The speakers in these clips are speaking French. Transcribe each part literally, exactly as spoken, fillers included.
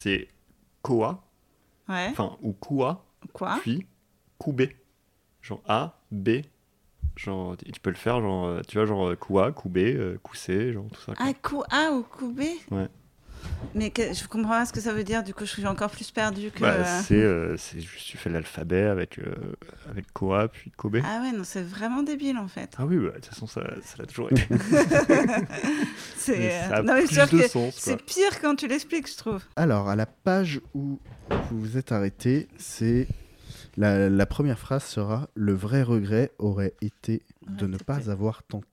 c'était Koa, Ouais. enfin, ou Koua, Quoi ? puis Koubé. Genre A, B. Genre, tu peux le faire, genre, euh, tu vois, genre euh, Koua, Koubé, euh, Koussé, genre tout ça. quoi. Ah, coup A ou coup B ? Ouais. Mais que, je comprends pas ce que ça veut dire, du coup je suis encore plus perdue que... Bah, euh, c'est, euh, c'est juste, tu fais l'alphabet avec, euh, avec Koa, puis Kobe. Ah ouais, non, c'est vraiment débile en fait. Ah oui, bah, de toute façon, ça, ça l'a toujours été. C'est, Mais euh, ça a non, mais plus sûr de que sens, quoi. c'est pire quand tu l'expliques, je trouve. Alors, à la page où vous vous êtes arrêté, c'est... La, la première phrase sera « Le vrai regret aurait été de ne pas avoir tenté ».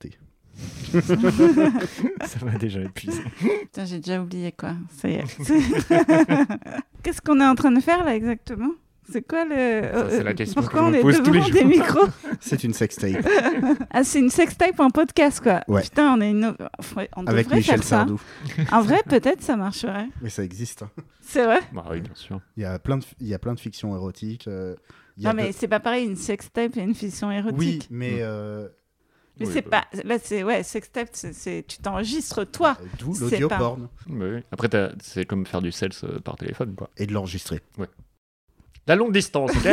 Ça m'a déjà épuisé. Putain, j'ai déjà oublié quoi. Ça y est. Qu'est-ce qu'on est en train de faire là exactement ? C'est quoi le... Ça, c'est la question Pourquoi que je on me est pose tous devant les des jours. micros ? C'est une sextape Ah, c'est une sextape en podcast quoi. Ouais. Putain, on est une... on avec devrait Michel faire ça. Sardou. En vrai, peut-être ça marcherait. Mais ça existe. hein. C'est vrai ? Bah oui, bien sûr. Il y a plein de, il y a plein de fictions érotiques. euh, il y a Non mais de- c'est pas pareil, une sextape et une fiction érotique. Oui, mais... euh, Mais Oui, c'est bah pas... Là, c'est... Ouais, sextape, c'est... c'est... tu t'enregistres toi. D'où C'est l'audio pas- porn. Bah oui. Après, t'as- c'est comme faire du sales euh, par téléphone, quoi. Et de l'enregistrer. La longue distance, ok.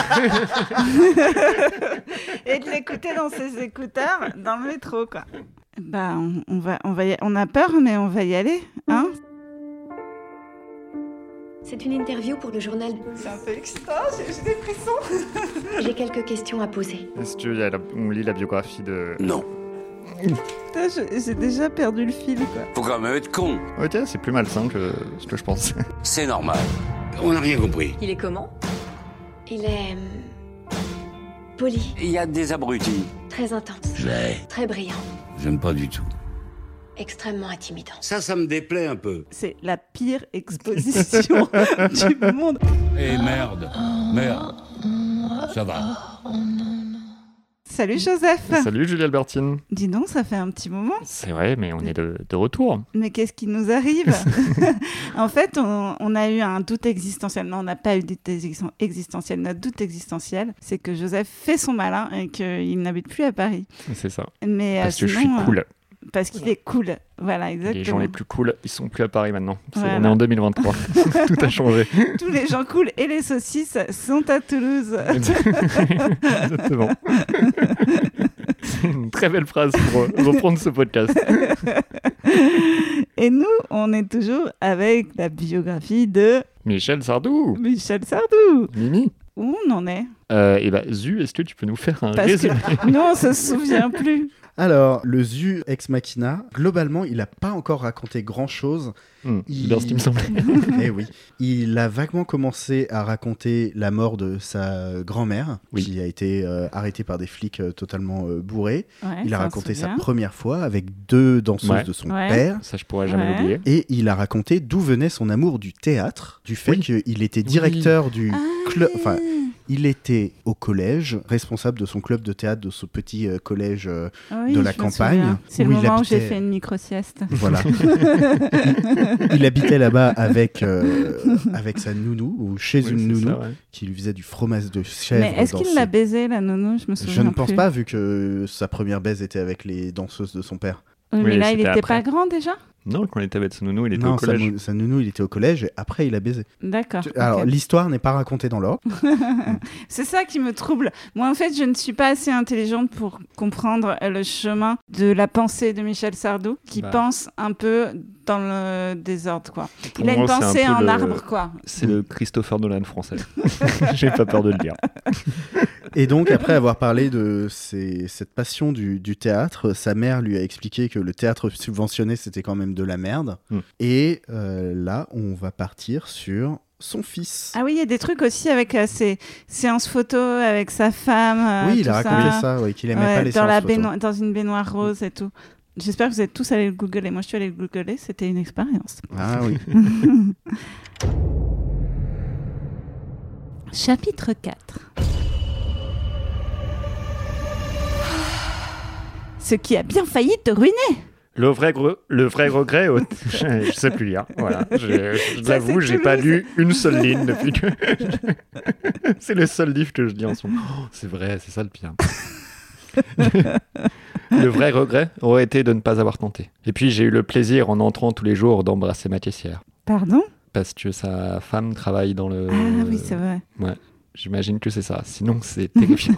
Et de l'écouter dans ses écouteurs dans le métro quoi. Bah on, on va on va y... on a peur mais on va y aller hein. C'est une interview pour le journal. C'est un peu excitant, j'ai, j'ai des frissons. J'ai quelques questions à poser. Est-ce qu'on lit la biographie de... Non. Putain, je- j'ai déjà perdu le fil quoi. Faut quand même être con. Ok, c'est plus malsain que ce que je pensais. C'est normal. On n'a rien compris. Il est comment ? Il est... hum, poli, Il y a des abrutis. très intense, J'ai. très brillant, J'aime pas du tout. extrêmement intimidant. Ça, ça me déplaît un peu. C'est la pire exposition du monde. Eh merde. Merde. Ça va. Salut Joseph. Salut Julie Albertine. Dis donc, ça fait un petit moment. C'est vrai, mais on est de, de retour. Mais qu'est-ce qui nous arrive ? En fait, on, on a eu un doute existentiel. Non, on n'a pas eu de doute existen- existentiel. Notre doute existentiel, c'est que Joseph fait son malin et qu'il n'habite plus à Paris. C'est ça. Mais, Parce euh, que je sinon, suis cool. euh, parce qu'il est cool. Voilà, exactement. Les gens les plus cool, ils sont plus à Paris maintenant. C'est- Voilà. On est en deux mille vingt-trois. Tout a changé. Tous les gens cool et les saucisses sont à Toulouse. Exactement. C'est une très belle phrase pour euh, reprendre ce podcast. Et nous, on est toujours avec la biographie de Michel Sardou. Michel Sardou. Mimi. Où on en est ? Euh, et bah, Zu, est-ce que tu peux nous faire un Parce résumé que nous, on se souvient plus. Alors, le Zu Ex Machina, globalement, il n'a pas encore raconté grand-chose. Hmm, Il- bien ce qui me semblait. Eh oui. Il a vaguement commencé à raconter la mort de sa grand-mère, Oui. qui a été euh, arrêtée par des flics euh, totalement euh, bourrés. Ouais, Il a ça, on raconté se sa souvient. première fois avec deux danseuses Ouais. de son Ouais. père. Ça, je pourrais jamais Ouais. l'oublier. Et il a raconté d'où venait son amour du théâtre, du fait Oui. qu'il était directeur du Ah. club. Enfin, il était au collège, responsable de son club de théâtre, de ce petit euh, collège. euh, Oui, de la je me campagne, souviens. C'est où le il moment où j'ai habitait- fait une micro-sieste. Voilà. il, il habitait là-bas avec, euh, avec sa nounou, ou chez Oui, une c'est nounou, ça, ouais. qui lui faisait du fromage de chèvre. Mais est-ce dans qu'il ses- l'a baisé, la nounou ? Je me souviens Je ne pense plus. pas, vu que sa première baise était avec les danseuses de son père. Oui, mais Oui, là, il c'était était après. pas grand déjà ? Non, quand on était avec son nounou, il était non, au sa, collège. mou- sa nounou, il était au collège, et après, il a baisé. D'accord. Tu- ok. Alors, l'histoire n'est pas racontée dans l'ordre. C'est ça qui me trouble. Moi, en fait, je ne suis pas assez intelligente pour comprendre le chemin de la pensée de Michel Sardou, qui Bah. pense un peu dans le désordre, quoi. Pour Il a une moi, c'est un pensée peu en le- arbre, quoi. C'est le Christopher Nolan français. J'ai pas peur de le dire. Et donc, après avoir parlé de ses- cette passion du, du théâtre, sa mère lui a expliqué que le théâtre subventionné, c'était quand même de la merde. Mm. Et euh, là, on va partir sur son fils. Ah oui, il y a des trucs aussi avec euh, ses séances photo avec sa femme. euh, oui, il tout a raconté ça, oui, qu'il aimait Ouais, pas les dans, séances la photo. baigno- dans une baignoire rose et tout. J'espère que vous êtes tous allés le googler. Moi, je suis allée le googler. C'était une expérience. Ah oui. Chapitre quatre. Ce qui a bien failli te ruiner. Le vrai, gre- le vrai regret, au- je, je sais plus lire. Voilà, je, je Ça, l'avoue, c'est j'ai pas Toulouse. lu une seule ligne depuis que. C'est le seul livre que je lis en ce moment. Oh, c'est vrai, c'est ça le pire. Le vrai regret aurait été de ne pas avoir tenté. Et puis j'ai eu le plaisir en entrant tous les jours d'embrasser ma caissière. Pardon ? parce que sa femme travaille dans le... Ah oui, c'est vrai. Ouais, j'imagine que c'est ça. Sinon, c'est terrifiant.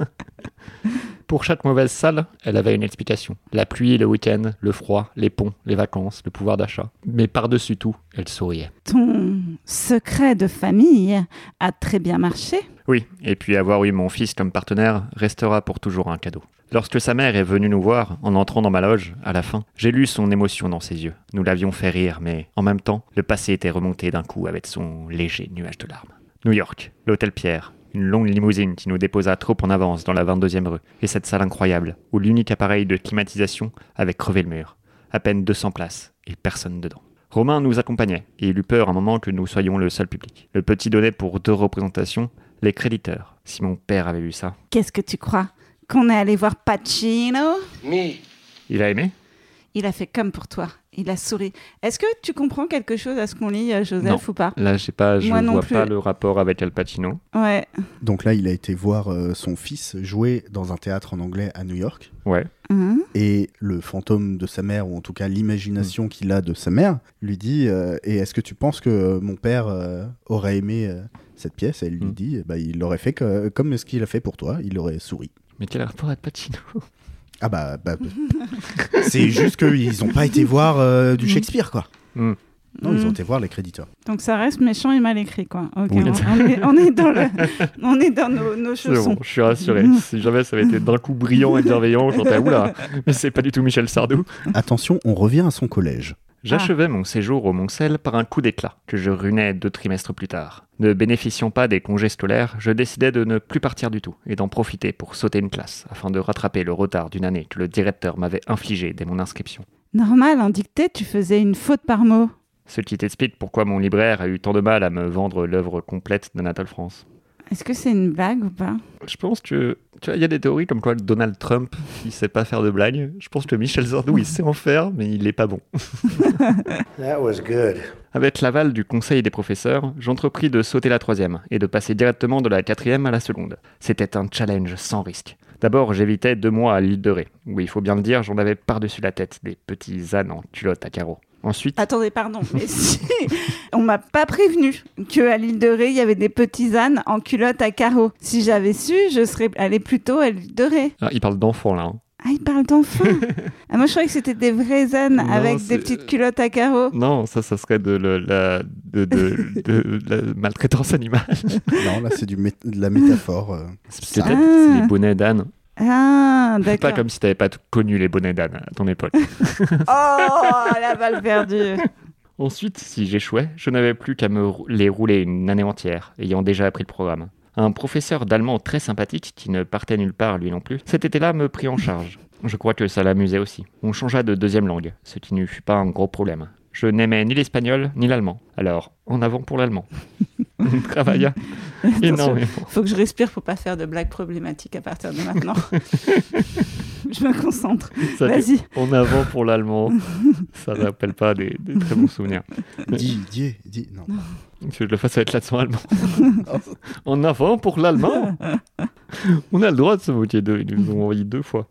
Pour chaque mauvaise salle, elle avait une explication. La pluie, le week-end, le froid, les ponts, les vacances, le pouvoir d'achat. Mais par-dessus tout, elle souriait. Ton secret de famille a très bien marché. Oui, et puis avoir eu mon fils comme partenaire restera pour toujours un cadeau. Lorsque sa mère est venue nous voir, en entrant dans ma loge, à la fin, j'ai lu son émotion dans ses yeux. Nous l'avions fait rire, mais en même temps, le passé était remonté d'un coup avec son léger nuage de larmes. New York, l'hôtel Pierre, une longue limousine qui nous déposa trop en avance dans la vingt-deuxième rue, et cette salle incroyable, où l'unique appareil de climatisation avait crevé le mur. À peine deux cents places, et personne dedans. Romain nous accompagnait, et il eut peur un moment que nous soyons le seul public. Le petit donnait pour deux représentations les créditeurs. Si mon père avait vu ça... Qu'est-ce que tu crois? Qu'on est allé voir Pacino? Mais Il a aimé? Il a fait comme pour toi. Il a souri. Est-ce que tu comprends quelque chose à ce qu'on lit, Joseph, Non. ou pas? Là, je sais pas, je Moi non vois plus. pas le rapport avec Al Pacino. Ouais. Donc là, il a été voir euh, son fils jouer dans un théâtre en anglais à New York. Ouais. Hum. Et le fantôme de sa mère, ou en tout cas l'imagination qu'il a de sa mère, lui dit euh, et est-ce que tu penses que mon père euh, aurait aimé euh, cette pièce? Et elle lui Mm. dit bah, il l'aurait fait que- comme ce qu'il a fait pour toi, il aurait souri. Mais quel rapport avec Pacino? Ah bah, bah, bah. C'est juste qu'ils n'ont pas été voir euh, du Shakespeare, quoi. Mm. Non, ils ont Mm. été voir les créditeurs. Donc ça reste méchant et mal écrit, quoi. Ok, Oui. on, on est, on est dans, le, on est dans nos, nos C'est chaussons. bon, je suis rassuré. Si jamais ça avait été d'un coup brillant et bienveillant, je serais oula, mais c'est pas du tout Michel Sardou. Attention, on revient à son collège. J'achevais mon séjour au Moncel par un coup d'éclat que je runais deux trimestres plus tard. Ne bénéficiant pas des congés scolaires, je décidai de ne plus partir du tout et d'en profiter pour sauter une classe afin de rattraper le retard d'une année que le directeur m'avait infligé dès mon inscription. Normal, en dictée, tu faisais une faute par mot. Ce qui t'explique pourquoi mon libraire a eu tant de mal à me vendre l'œuvre complète d'Anatole France. Est-ce que c'est une blague ou pas? Je pense que, tu vois, il y a des théories comme quoi Donald Trump, il sait pas faire de blagues. Je pense que Michel Sardou, il sait en faire, mais il est pas bon. That was good. Avec l'aval du conseil des professeurs, j'entrepris de sauter la troisième et de passer directement de la quatrième à la seconde. C'était un challenge sans risque. D'abord, j'évitais deux mois à l'île de Ré, où il faut bien le dire, j'en avais par-dessus la tête des petits ânes en culotte à carreaux. Ensuite, Attendez, pardon, mais si on m'a pas prévenu qu'à l'île de Ré, il y avait des petits ânes en culotte à carreaux. Si j'avais su, je serais allée plutôt à l'île de Ré. ah, il parle d'enfants là. hein. Ah, il parle d'enfants. Ah, moi, je croyais que c'était des vrais ânes Non, avec c'est- des petites culottes à carreaux. Non, ça, ça serait de, le- la, de, de- de la maltraitance animale. Non, là, c'est du mé- de la métaphore. euh. C'est Ah. peut-être c'est les bonnets d'âne. Ah, Pas d'accord. comme si t'avais pas tout connu les bonnets d'âne à ton époque. Oh, la balle perdue. Ensuite, si j'échouais, je n'avais plus qu'à me rou- les rouler une année entière, ayant déjà appris le programme. Un professeur d'allemand très sympathique, qui ne partait nulle part lui non plus, cet été-là me prit en charge. Je crois que ça l'amusait aussi. On changea de deuxième langue, ce qui ne fut pas un gros problème. Je n'aimais ni l'espagnol ni l'allemand. Alors, en avant pour l'allemand. On travailla énormément. Faut que je respire pour pas faire de blagues problématiques à partir de maintenant. Je me concentre. Ça, Vas-y. En avant pour l'allemand, ça ne rappelle pas des, des très bons souvenirs. Dis, dis, dis. Non. Que je le fasse avec l'accent allemand. En avant pour l'allemand. On a le droit de se moquer d'eux, ils nous ont envoyé deux fois.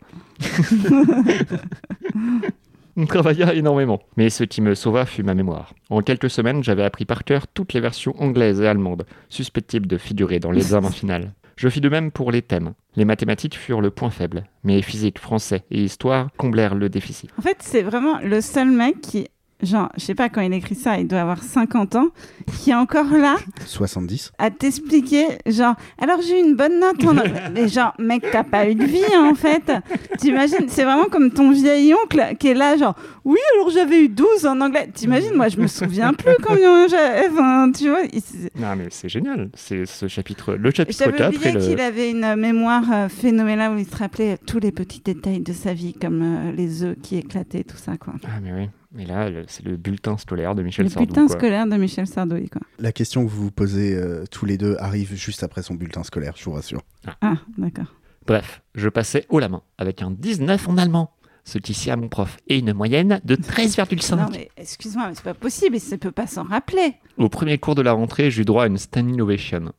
On travailla énormément, mais ce qui me sauva fut ma mémoire. En quelques semaines, j'avais appris par cœur toutes les versions anglaises et allemandes, susceptibles de figurer dans l'examen final. Je fis de même pour les thèmes. Les mathématiques furent le point faible, mais physique, français et histoire comblèrent le déficit. En fait, c'est vraiment le seul mec qui, genre, je sais pas, quand il écrit ça, il doit avoir cinquante ans, qui est encore là soixante-dix. à t'expliquer, genre, alors j'ai eu une bonne note en anglais. Mais genre, mec, t'as pas eu de vie, hein, en fait. T'imagines, c'est vraiment comme ton vieil oncle qui est là, genre, oui, alors j'avais eu douze en anglais. T'imagines, moi, je me souviens plus combien j'avais, enfin, tu vois. il- c'est- Non mais c'est génial, c'est ce chapitre, le chapitre J'avais quatre oublié et le... qu'il avait une mémoire euh, phénoménale où il se rappelait tous les petits détails de sa vie, comme euh, les œufs qui éclataient, tout ça, quoi. Ah mais oui, mais là le- c'est le bulletin scolaire de Michel Le Sardou. bulletin quoi. scolaire de Michel Sardouille, quoi. La question que vous vous posez euh, tous les deux arrive juste après son bulletin scolaire, je vous rassure. Ah, d'accord. Bref, je passais haut la main avec un dix-neuf en allemand, ce qui sied à mon prof, et une moyenne de treize virgule cinq. Non, mais excuse-moi, mais c'est pas possible, il ne peut pas s'en rappeler. Au premier cours de la rentrée, j'eus droit à une standing ovation.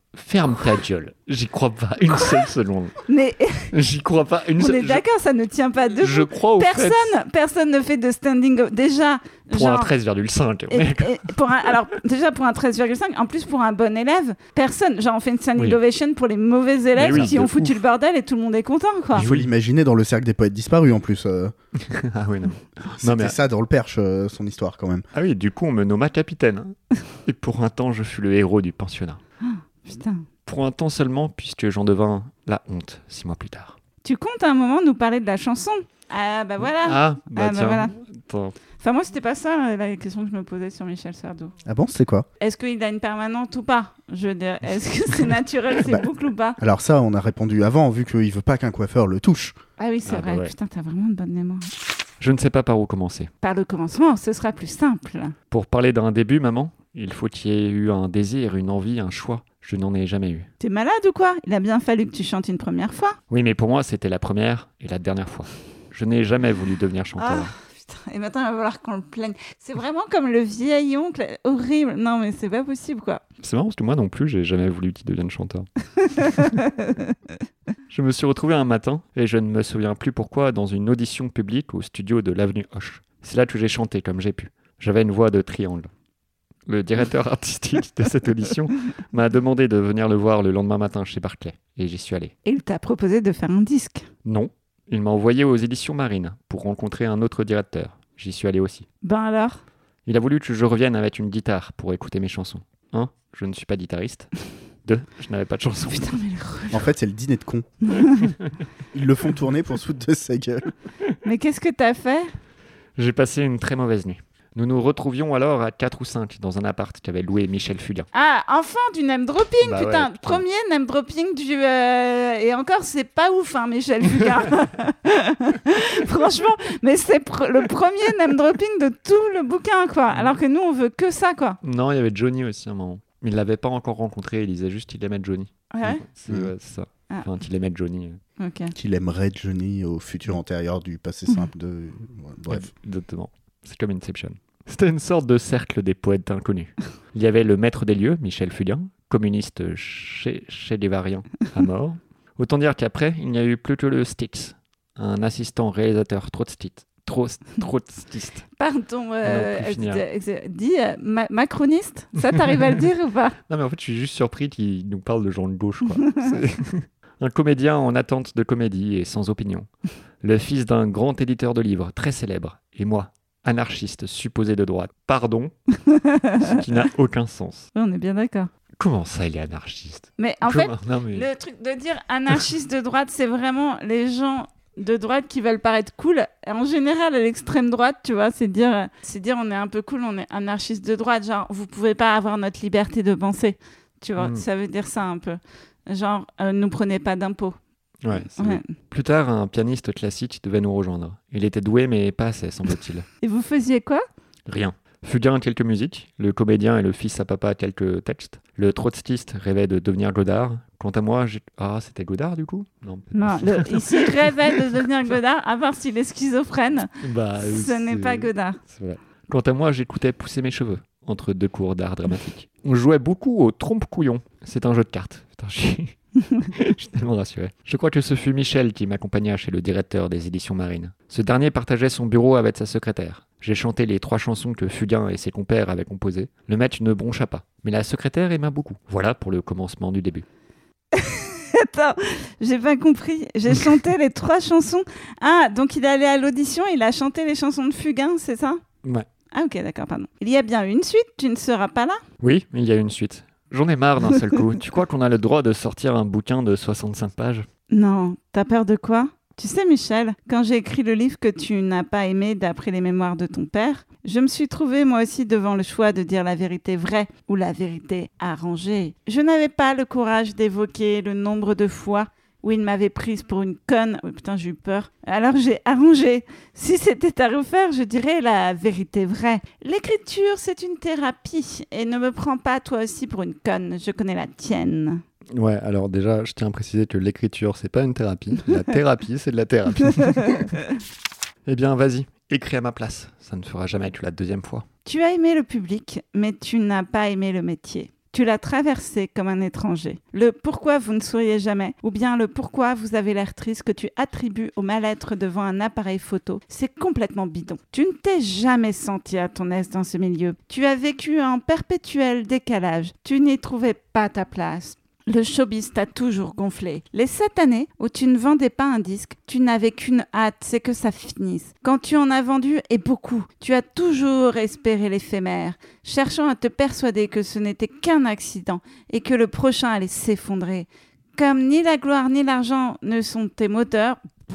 Ferme ta gueule. J'y crois pas une seule seconde. Mais J'y crois pas une on seule est d'accord, ça ne tient pas debout. Je crois au Personne, fait. personne ne fait de standing o- déjà. Pour genre, un treize virgule cinq. et- et pour un- alors déjà pour un treize virgule cinq, en plus pour un bon élève, personne. Genre on fait une standing Oui. ovation pour les mauvais élèves oui, qui de ont foutu fou. le bordel et tout le monde est content quoi. Il faut l'imaginer dans le cercle des poètes disparus en plus. euh. Ah oui, non. C'était mais- ça dans le Perche, euh, son histoire quand même. Ah oui, du coup, on me nomma capitaine. hein. Et pour un temps, je fus le héros du pensionnat. Putain. Pour un temps seulement, puisque j'en devins la honte six mois plus tard. Tu comptes à un moment nous parler de la chanson? Ah bah voilà. Ah, bah Ah, bah tiens. voilà. Attends. Enfin moi c'était pas ça la question que je me posais sur Michel Sardou. Ah bon, c'est quoi? Est-ce qu'il a une permanente ou pas? Je veux dire, est-ce que c'est naturel ces Bah. boucles ou pas? Alors ça, on a répondu avant, vu qu'il veut pas qu'un coiffeur le touche. Ah oui c'est Ah, bah vrai. ouais. Putain t'as vraiment une bonne mémoire. Je ne sais pas par où commencer. Par le commencement, ce sera plus simple. Pour parler d'un début, maman, il faut qu'il y ait eu un désir, une envie, un choix. Je n'en ai jamais eu. T'es malade ou quoi? Il a bien fallu que tu chantes une première fois. Oui, mais pour moi, c'était la première et la dernière fois. Je n'ai jamais voulu devenir chanteur. Ah, putain. Et maintenant, il va falloir qu'on le plaigne. C'est vraiment comme le vieil oncle. Horrible. Non, mais c'est pas possible, quoi. C'est marrant parce que moi non plus, j'ai jamais voulu qu'il devienne chanteur. Je me suis retrouvé un matin, et je ne me souviens plus pourquoi, dans une audition publique au studio de l'Avenue Hoche. C'est là que j'ai chanté comme j'ai pu. J'avais une voix de triangle. Le directeur artistique de cette audition m'a demandé de venir le voir le lendemain matin chez Barclay, et j'y suis allé. Et il t'a proposé de faire un disque. Non, il m'a envoyé aux éditions Marine pour rencontrer un autre directeur. J'y suis allé aussi. Ben alors? Il a voulu que je revienne avec une guitare pour écouter mes chansons. Un, je ne suis pas guitariste. Deux, je n'avais pas de chansons. Putain, mais le... En fait, c'est le dîner de con. Ils le font tourner pour se foutre de sa gueule. Mais qu'est-ce que t'as fait? J'ai passé une très mauvaise nuit. Nous nous retrouvions alors à quatre ou cinq dans un appart qu'avait loué Michel Fugain. Ah, enfin du name dropping, Bah putain. ouais, putain. Premier name dropping du... euh, Et encore, c'est pas ouf, hein, Michel Fugain. Franchement, mais c'est pr- le premier name dropping de tout le bouquin, quoi. Alors que nous, on veut que ça, quoi. Non, il y avait Johnny aussi à un moment. Il ne l'avait pas encore rencontré, il disait juste qu'il aimait Johnny. Ouais. C'est Mhm. ouais, c'est ça. Ah. Enfin, qu'il aimait Johnny. euh, Ok. Qu'il aimerait Johnny au futur antérieur du passé simple de... Ouais, bref. Exactement. C'est comme Inception. C'était une sorte de cercle des poètes inconnus. Il y avait le maître des lieux, Michel Fugain, communiste chez, chez les variants à mort. Autant dire qu'après, il n'y a eu plus que le Styx, un assistant réalisateur trotskiste. Tros- Trotskiste. Pardon, euh, On a pu finir. euh, euh, dis euh, ma- macroniste. Ça, t'arrives à le dire ou pas? Non mais en fait, je suis juste surpris qu'il nous parle de gens de gauche, quoi. C'est un comédien en attente de comédie et sans opinion. Le fils d'un grand éditeur de livres très célèbre. Et moi, anarchiste supposé de droite. Pardon, ce qui n'a aucun sens. Oui, on est bien d'accord. Comment ça, il est anarchiste? Mais en fait, Comment- Non, mais... le truc de dire anarchiste de droite, c'est vraiment les gens de droite qui veulent paraître cool. Et en général, à l'extrême droite, tu vois, c'est dire, c'est dire on est un peu cool, on est anarchiste de droite. Genre, vous pouvez pas avoir notre liberté de penser. Tu vois, Mm. ça veut dire ça un peu. Genre, euh, nous prenez pas d'impôts. Ouais, c'est Ouais. Plus tard, un pianiste classique devait nous rejoindre. Il était doué, mais pas assez, semble-t-il. Et vous faisiez quoi? Rien. Fugain, quelques musiques. Le comédien et le fils à papa, quelques textes. Le trotskiste rêvait de devenir Godard. Quant à moi, j'ai... Ah, c'était Godard, du coup? Non. peut-être Non, pas. le, ici, rêvait de devenir Godard, à part s'il est schizophrène. Bah, Ce c'est- n'est pas Godard. c'est vrai. Quant à moi, j'écoutais pousser mes cheveux entre deux cours d'art dramatique. On jouait beaucoup au trompe-couillon. C'est un jeu de cartes. Putain, je suis... je suis tellement rassuré. Je crois que ce fut Michel qui m'accompagna chez le directeur des éditions Marine. Ce dernier partageait son bureau avec sa secrétaire. J'ai chanté les trois chansons que Fugain et ses compères avaient composées. Le maître ne broncha pas, mais la secrétaire aima beaucoup. Voilà pour le commencement du début. Attends, j'ai pas compris. J'ai chanté les trois chansons. Ah, donc il est allé à l'audition, il a chanté les chansons de Fugain, c'est ça? Ouais. Ah ok, d'accord, pardon. Il y a bien une suite, tu ne seras pas là? Oui, il y a une suite. J'en ai marre d'un seul coup. Tu crois qu'on a le droit de sortir un bouquin de soixante-cinq pages? Non, t'as peur de quoi? Tu sais Michel, quand j'ai écrit le livre que tu n'as pas aimé d'après les mémoires de ton père, je me suis trouvée moi aussi devant le choix de dire la vérité vraie ou la vérité arrangée. Je n'avais pas le courage d'évoquer le nombre de fois où il m'avait prise pour une conne. Oh, putain, j'ai eu peur. Alors j'ai arrangé. Si c'était à refaire, je dirais la vérité vraie. L'écriture, c'est une thérapie. Et ne me prends pas toi aussi pour une conne. Je connais la tienne. Ouais, alors déjà, je tiens à préciser que l'écriture, c'est pas une thérapie. La thérapie, c'est de la thérapie. Eh bien, vas-y, écris à ma place. Ça ne fera jamais que la deuxième fois. Tu as aimé le public, mais tu n'as pas aimé le métier. Tu l'as traversé comme un étranger. Le pourquoi vous ne souriez jamais, ou bien le pourquoi vous avez l'air triste que tu attribues au mal-être devant un appareil photo, c'est complètement bidon. Tu ne t'es jamais senti à ton aise dans ce milieu. Tu as vécu un perpétuel décalage. Tu n'y trouvais pas ta place. Le showbiz t'a toujours gonflé. Les sept années où tu ne vendais pas un disque, tu n'avais qu'une hâte, c'est que ça finisse. Quand tu en as vendu, et beaucoup, tu as toujours espéré l'éphémère, cherchant à te persuader que ce n'était qu'un accident et que le prochain allait s'effondrer. Comme ni la gloire ni l'argent ne sont tes moteurs,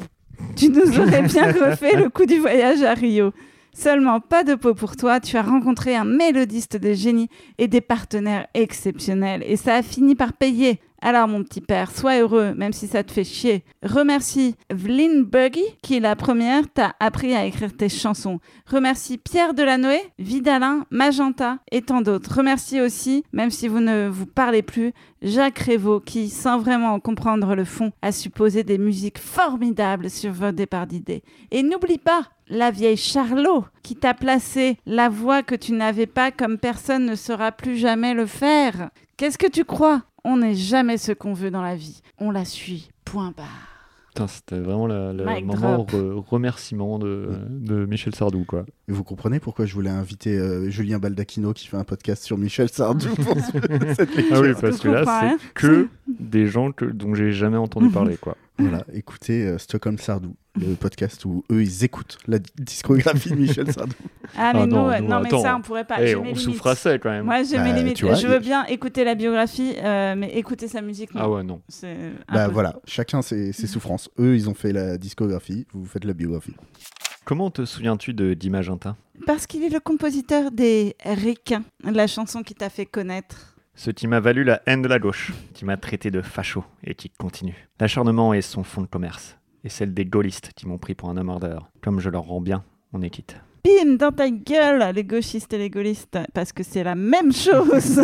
tu nous aurais bien refait le coup du voyage à Rio. Seulement, pas de peau pour toi, tu as rencontré un mélodiste de génie et des partenaires exceptionnels. Et ça a fini par payer. Alors, mon petit père, sois heureux, même si ça te fait chier. Remercie Vlyn Buggy, qui, la première, t'a appris à écrire tes chansons. Remercie Pierre Delanoë, Vidalin, Magenta et tant d'autres. Remercie aussi, même si vous ne vous parlez plus, Jacques Révaux, qui, sans vraiment en comprendre le fond, a supposé des musiques formidables sur vos départs d'idées. Et n'oublie pas la vieille Charlot, qui t'a placé la voix que tu n'avais pas comme personne ne saura plus jamais le faire. Qu'est-ce que tu crois ? On n'est jamais ce qu'on veut dans la vie. On la suit. Point barre. Putain, c'était vraiment le, le Mic moment drop. re- remerciement de, de Michel Sardou, quoi. Et vous comprenez pourquoi je voulais inviter euh, Julien Baldacchino qui fait un podcast sur Michel Sardou pour ce- cette lecture. Ah oui, Je parce que là, comprends rien. c'est que des gens que, dont j'ai jamais entendu parler, quoi. Voilà, écoutez euh, Stockholm Sardou, le podcast où eux ils écoutent la di- discographie de Michel Sardou. Ah, mais Ah nous, non, euh, nous, non, mais attends. ça, on pourrait pas. Eh, J'ai on mes limites. souffrassait quand même. Moi, j'ai Bah, mes limites. tu vois, je il- veux bien écouter la biographie, euh, mais écouter sa musique, non. Ah ouais, non. C'est Bah impossible. voilà, chacun ses, ses souffrances. Eux ils ont fait la discographie, vous faites la biographie. Comment te souviens-tu de Di Magenta ? Parce qu'il est le compositeur des Ricains, la chanson qui t'a fait connaître. Ce qui m'a valu la haine de la gauche, qui m'a traité de facho et qui continue. L'acharnement est son fond de commerce, et celle des gaullistes qui m'ont pris pour un emmerdeur. Comme je leur rends bien, on est quitte. Bim, dans ta gueule, les gauchistes et les gaullistes, parce que c'est la même chose.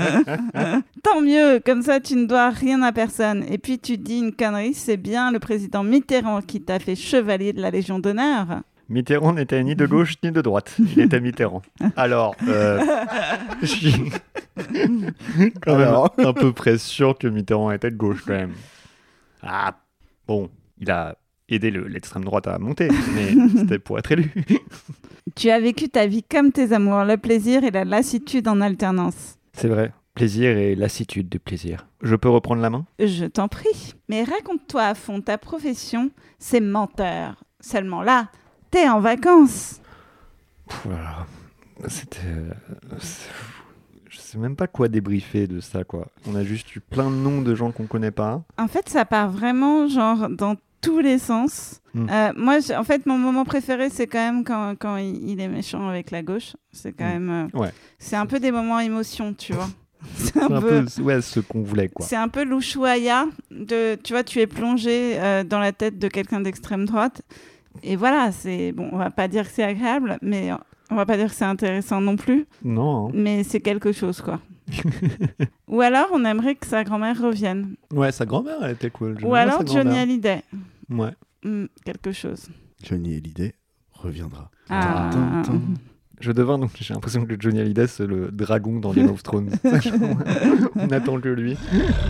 Tant mieux, comme ça tu ne dois rien à personne. Et puis tu dis une connerie, c'est bien le président Mitterrand qui t'a fait chevalier de la Légion d'honneur. Mitterrand n'était ni de gauche ni de droite, il était Mitterrand. Alors, euh, je suis quand même Alors. à peu près sûr que Mitterrand était de gauche quand même. Ah, bon, il a aidé le- l'extrême droite à monter, mais c'était pour être élu. Tu as vécu ta vie comme tes amours, le plaisir et la lassitude en alternance. C'est vrai, plaisir et lassitude du plaisir. Je peux reprendre la main ? Je t'en prie. Mais raconte-toi à fond, ta profession, c'est menteur. Seulement là, t'es en vacances. Pff, voilà. C'était... euh, c'est- Je sais même pas quoi débriefer de ça, quoi. On a juste eu plein de noms de gens qu'on connaît pas. En fait, ça part vraiment genre dans tous les sens. Mm. Euh, moi, j'ai- en fait, mon moment préféré, c'est quand même quand, quand il, il est méchant avec la gauche. C'est quand Mm. même... euh, Ouais. C'est un peu des moments émotion, tu vois. C'est C'est un, un peu... peu ouais, ce qu'on voulait, quoi. C'est un peu l'Ushuaïa de, tu vois, tu es plongé euh, dans la tête de quelqu'un d'extrême droite. Et voilà, c'est bon, on va pas dire que c'est agréable, mais on va pas dire que c'est intéressant non plus, Non, hein. mais c'est quelque chose, quoi. Ou alors, on aimerait que sa grand-mère revienne. Ouais, sa grand-mère, elle était cool. J'aimais Ou bien alors sa Johnny grand-mère. Hallyday. Ouais. Hmm, quelque chose. Johnny Hallyday reviendra. Ah. Tin, tin, tin. Je devins donc, j'ai l'impression que Johnny Hallyday, c'est le dragon dans Game of Thrones. On attend que lui.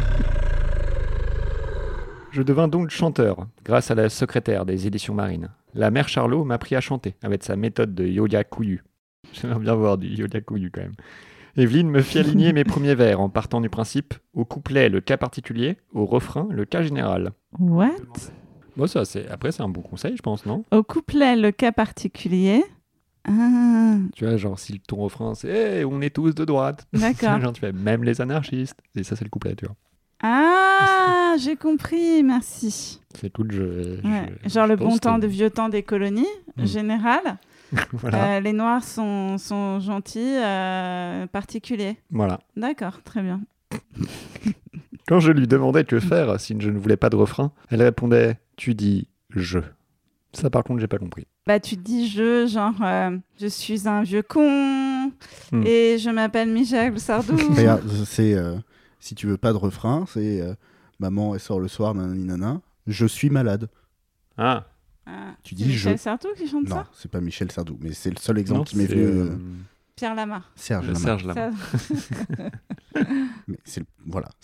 Je devins donc chanteur, grâce à la secrétaire des éditions Marines. La mère Charlot m'a appris à chanter, avec sa méthode de yoga couillu. J'aimerais bien voir du yoga couillu quand même. Evelyne me fit aligner mes premiers vers en partant du principe au couplet le cas particulier, au refrain le cas général. What? Bon, ça, c'est... Après, c'est un bon conseil, je pense, non? Au couplet, le cas particulier. Ah, Tu vois, genre, si ton refrain, c'est hey, on est tous de droite. d'accord. Genre, tu fais même les anarchistes. Et ça, c'est le couplet, tu vois. Ah, j'ai compris, merci. C'est cool, je. Ouais. je- Genre je le pense bon temps que- de vieux temps des colonies, Mm. général. Voilà. Euh, les Noirs sont, sont gentils, euh, particuliers. Voilà. D'accord, très bien. Quand je lui demandais que faire si je ne voulais pas de refrain, elle répondait tu dis je. Ça, par contre, j'ai pas compris. Bah, tu dis je, genre, euh, je suis un vieux con Mm. et je m'appelle Michel Sardou. Regarde, c'est euh, si tu veux pas de refrain, c'est euh, maman elle sort le soir, nanani nana, je suis malade. Ah, Ah, Tu c'est dis Michel je. Sardou qui chante Non, ça? c'est pas Michel Sardou, mais c'est le seul exemple non, qui m'est c'est, venu. euh, euh, Pierre Lama. Serge le Lama. Serge Lama. Ça-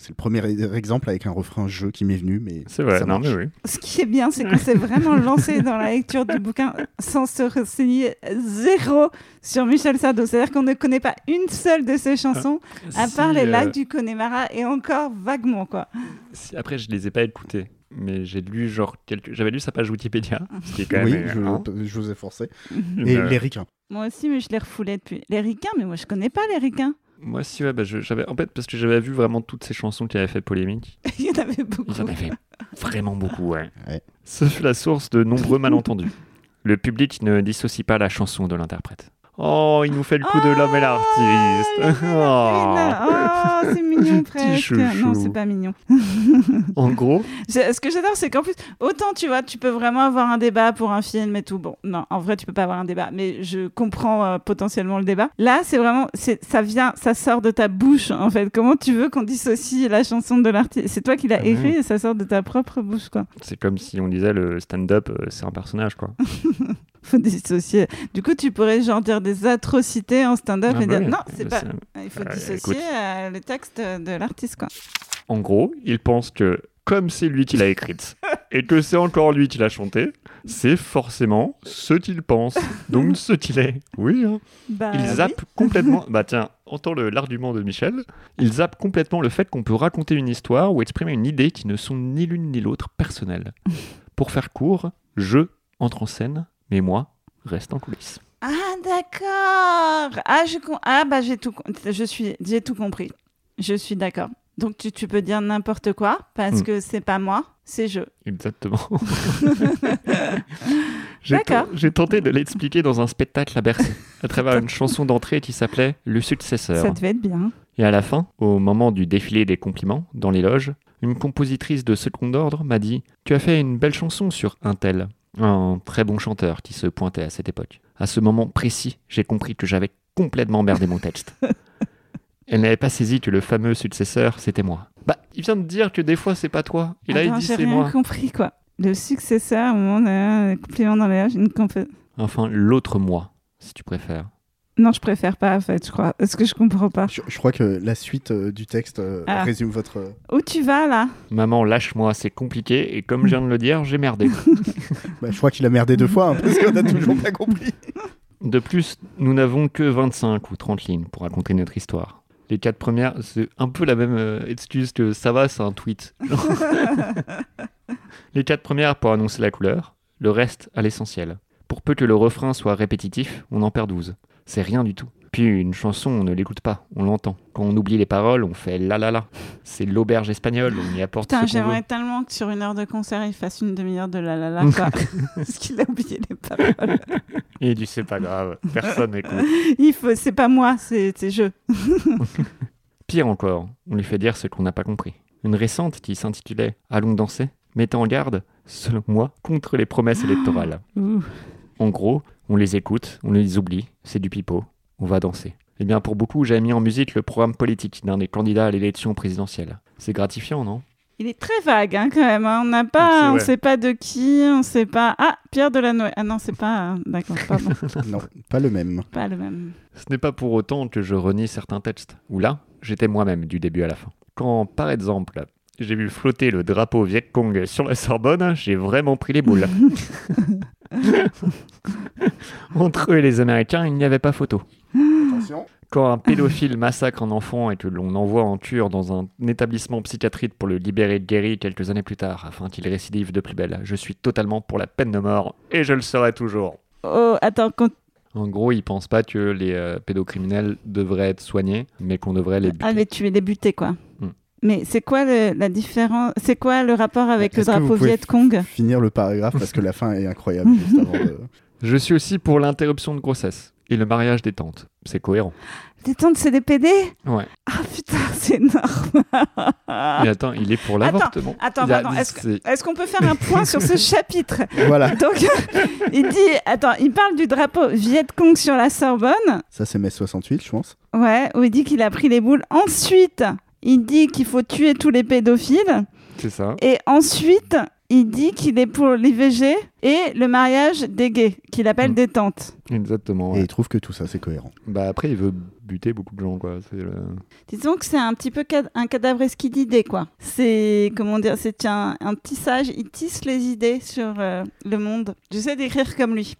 C'est le premier e- exemple avec un refrain jeu qui m'est venu, mais C'est vrai, ça non marche. mais oui. Ce qui est bien, c'est qu'on s'est vraiment lancé dans la lecture du bouquin sans se renseigner zéro sur Michel Sardou. C'est-à-dire qu'on ne connaît pas une seule de ses chansons, à part Si, les euh, lacs du Connemara, et encore vaguement, quoi. si- après, je les ai pas écoutés, mais j'ai lu genre quelques... J'avais lu sa page Wikipédia, ce qui est quand Oui, même... je, hein, je vous ai forcé. une, Et euh, les ricains. Moi aussi, mais je les refoulais depuis. Les ricains, mais moi, je connais pas les ricains. Moi aussi, ouais, bah, je- j'avais... En fait, parce que j'avais vu vraiment toutes ces chansons qui avaient fait polémique. Il y en avait beaucoup. Il y en avait vraiment beaucoup, ouais. Ouais. Ce fut la source de nombreux malentendus. Le public ne dissocie pas la chanson de l'interprète. Oh, il nous fait le coup de l'homme et l'artiste. Oh, c'est mignon presque. chouchou. Non, c'est pas mignon. En gros, Je- Ce que j'adore, c'est qu'en plus, autant tu vois, tu peux vraiment avoir un débat pour un film et tout. Bon, non, en vrai, tu peux pas avoir un débat, mais je comprends euh, potentiellement le débat. Là, c'est vraiment, c'est, ça vient, ça sort de ta bouche, en fait. Comment tu veux qu'on dissocie la chanson de l'artiste? C'est toi qui l'as Ah écrit ouais. et ça sort de ta propre bouche, quoi. c'est comme si on disait le stand-up, euh, c'est un personnage, quoi. Faut dissocier. Du coup, tu pourrais genre dire des atrocités en stand-up Ah et bah dire oui, non, c'est pas. c'est- Il faut Euh, dissocier écoute. euh, le texte de l'artiste, quoi. En gros, il pense que comme c'est lui qui l'a écrite et que c'est encore lui qui l'a chantée, c'est forcément ce qu'il pense, donc ce qu'il est. Oui, hein. Bah, Il oui. zappe complètement. Bah tiens, entends le- l'argument de Michel. Il zappe complètement le fait qu'on peut raconter une histoire ou exprimer une idée qui ne sont ni l'une ni l'autre personnelles. Pour faire court, je entre en scène, mais moi reste en coulisses. Ah d'accord. Ah je com- ah bah j'ai tout com- je suis j'ai tout compris. Je suis d'accord. Donc tu, tu peux dire n'importe quoi parce Mm. que c'est pas moi, c'est je. Exactement. J'ai D'accord. ten- J'ai tenté de l'expliquer dans un spectacle à Bercy, à travers une chanson d'entrée qui s'appelait Le Successeur. Ça devait être bien. Et à la fin, au moment du défilé des compliments, dans les loges, une compositrice de second ordre m'a dit « Tu as fait une belle chanson sur un tel ». Un très bon chanteur qui se pointait à cette époque. À ce moment précis, j'ai compris que j'avais complètement merdé mon texte. Elle n'avait pas saisi que le fameux successeur, c'était moi. Bah, il vient de dire que des fois, c'est pas toi. Et là, Attends, il dit j'ai c'est rien moi. compris quoi. Le successeur au moment d'un compliment dans les loges, une compé- Enfin, l'autre moi, si tu préfères. Non, je préfère pas en fait, je crois. Est-ce que je comprends pas? Je, je crois que la suite euh, du texte euh, Ah. résume votre... euh, Où tu vas là? Maman, lâche-moi, c'est compliqué. Et comme je viens de le dire, j'ai merdé. Bah, je crois qu'il a merdé deux fois, hein, parce qu'on a toujours pas compris. De plus, nous n'avons que vingt-cinq ou trente lignes pour raconter notre histoire. Les quatre premières, c'est un peu la même euh, excuse que ça va, c'est un tweet. Les quatre premières pour annoncer la couleur, le reste à l'essentiel. Pour peu que le refrain soit répétitif, on en perd douze. C'est rien du tout. Puis une chanson, on ne l'écoute pas, on l'entend. Quand on oublie les paroles, on fait la la la. C'est l'auberge espagnole, on y apporte Putain, ce qu'on j'aimerais veut. tellement que sur une heure de concert, il fasse une demi-heure de la la la quoi. Parce qu'il a oublié les paroles. Et il dit c'est pas grave, personne n'écoute. Il faut, c'est pas moi, c'est, c'est je. Pire encore, on lui fait dire ce qu'on n'a pas compris. Une récente qui s'intitulait « Allons danser » mettait en garde, selon moi, contre les promesses électorales. Ouh. En gros, on les écoute, on les oublie, c'est du pipeau, on va danser. Eh bien pour beaucoup, j'ai mis en musique le programme politique d'un des candidats à l'élection présidentielle. C'est gratifiant, non? Il est très vague hein, quand même. hein. On n'a C'est pas, on vrai. sait pas de qui, on sait pas. Ah, Pierre Delanoë. Ah non, c'est pas. euh, D'accord, pardon, Non, pas le même. pas le même. Ce n'est pas pour autant que je renie certains textes, où là, j'étais moi-même du début à la fin. Quand, par exemple, j'ai vu flotter le drapeau Viet Cong sur la Sorbonne, j'ai vraiment pris les boules. Entre eux et les Américains, il n'y avait pas photo. Attention. Quand un pédophile massacre un enfant et que l'on envoie en cure dans un établissement psychiatrique pour le libérer de guéri quelques années plus tard, afin qu'il récidive de plus belle, je suis totalement pour la peine de mort, et je le serai toujours. Oh, attends, quand... En gros, ils pensent pas que les euh, pédocriminels devraient être soignés, mais qu'on devrait les buter. ah, mais tu es les buter quoi. Hmm. Mais c'est quoi le, la différence? C'est quoi le rapport avec le Est-ce que vous drapeau pouvez Viet Cong? Finir le paragraphe parce que la fin est incroyable. juste avant de... Je suis aussi pour l'interruption de grossesse et le mariage des tantes. C'est cohérent. Les tantes, c'est des P D? Ouais. Ah putain, c'est énorme. Et attends, il est pour l'avortement. Attends, Il a- pardon, est-ce que- c'est- Est-ce qu'on peut faire un point sur ce chapitre? Voilà, Donc, il dit, attends, il parle du drapeau Viet Cong sur la Sorbonne, ça c'est mai soixante-huit, je pense. ouais, où il dit qu'il a pris les boules. Ensuite, il dit qu'il faut tuer tous les pédophiles. C'est ça. Et ensuite, il dit qu'il est pour l'I V G et le mariage des gays, qu'il appelle Mm. détente. Exactement. Et Ouais. il trouve que tout ça, c'est cohérent. Bah après, il veut buter beaucoup de gens, quoi. C'est le... Disons que c'est un petit peu cad- un cadavreski d'idées, quoi. C'est, comment dire, c'est un, un tissage, il tisse les idées sur euh, le monde. J'essaie d'écrire comme lui.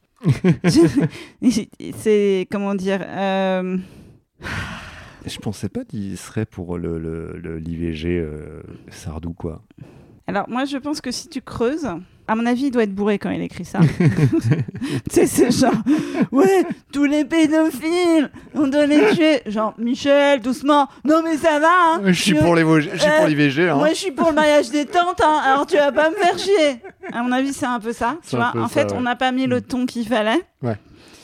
Je- c'est, comment dire... euh, Je pensais pas qu'il serait pour le, le, le- l'I V G euh, Sardou, quoi. Alors, moi, je pense que si tu creuses, à mon avis, il doit être bourré quand il écrit ça. Tu sais, c'est genre, ouais, tous les pédophiles, on doit les tuer. Genre, Michel, doucement. Non, mais ça va, hein. Je suis pour l'I V G, je suis Euh, pour l'I V G, hein. Moi, je suis pour le mariage des tantes, hein. Alors tu vas pas me faire chier. À mon avis, c'est un peu ça. Tu C'est un vois, peu en ça, fait, ouais. on n'a pas mis le ton qu'il fallait. Ouais.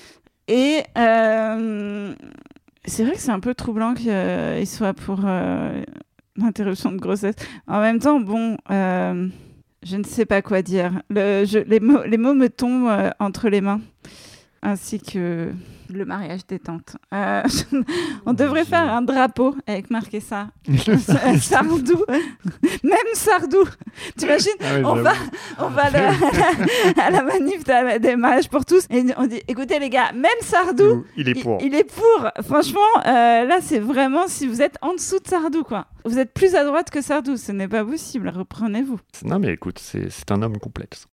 Et euh, c'est vrai que c'est un peu troublant qu'il soit pour euh, l'interruption de grossesse. En même temps, bon, euh, je ne sais pas quoi dire. Le, je, les, mots, les mots me tombent euh, entre les mains, ainsi que le mariage des tantes. Euh, on devrait faire un drapeau avec marqué ça. Sardou. Même Sardou. T'imagines, Ah ouais, on j'avoue. va, on va le- à la manif de- des mariages pour tous et on dit, écoutez les gars, même Sardou, Il est pour. il, il est pour. Franchement, euh, là, c'est vraiment si vous êtes en dessous de Sardou, quoi. Vous êtes plus à droite que Sardou. Ce n'est pas possible. Reprenez-vous. Non, mais écoute, c'est, c'est un homme complexe.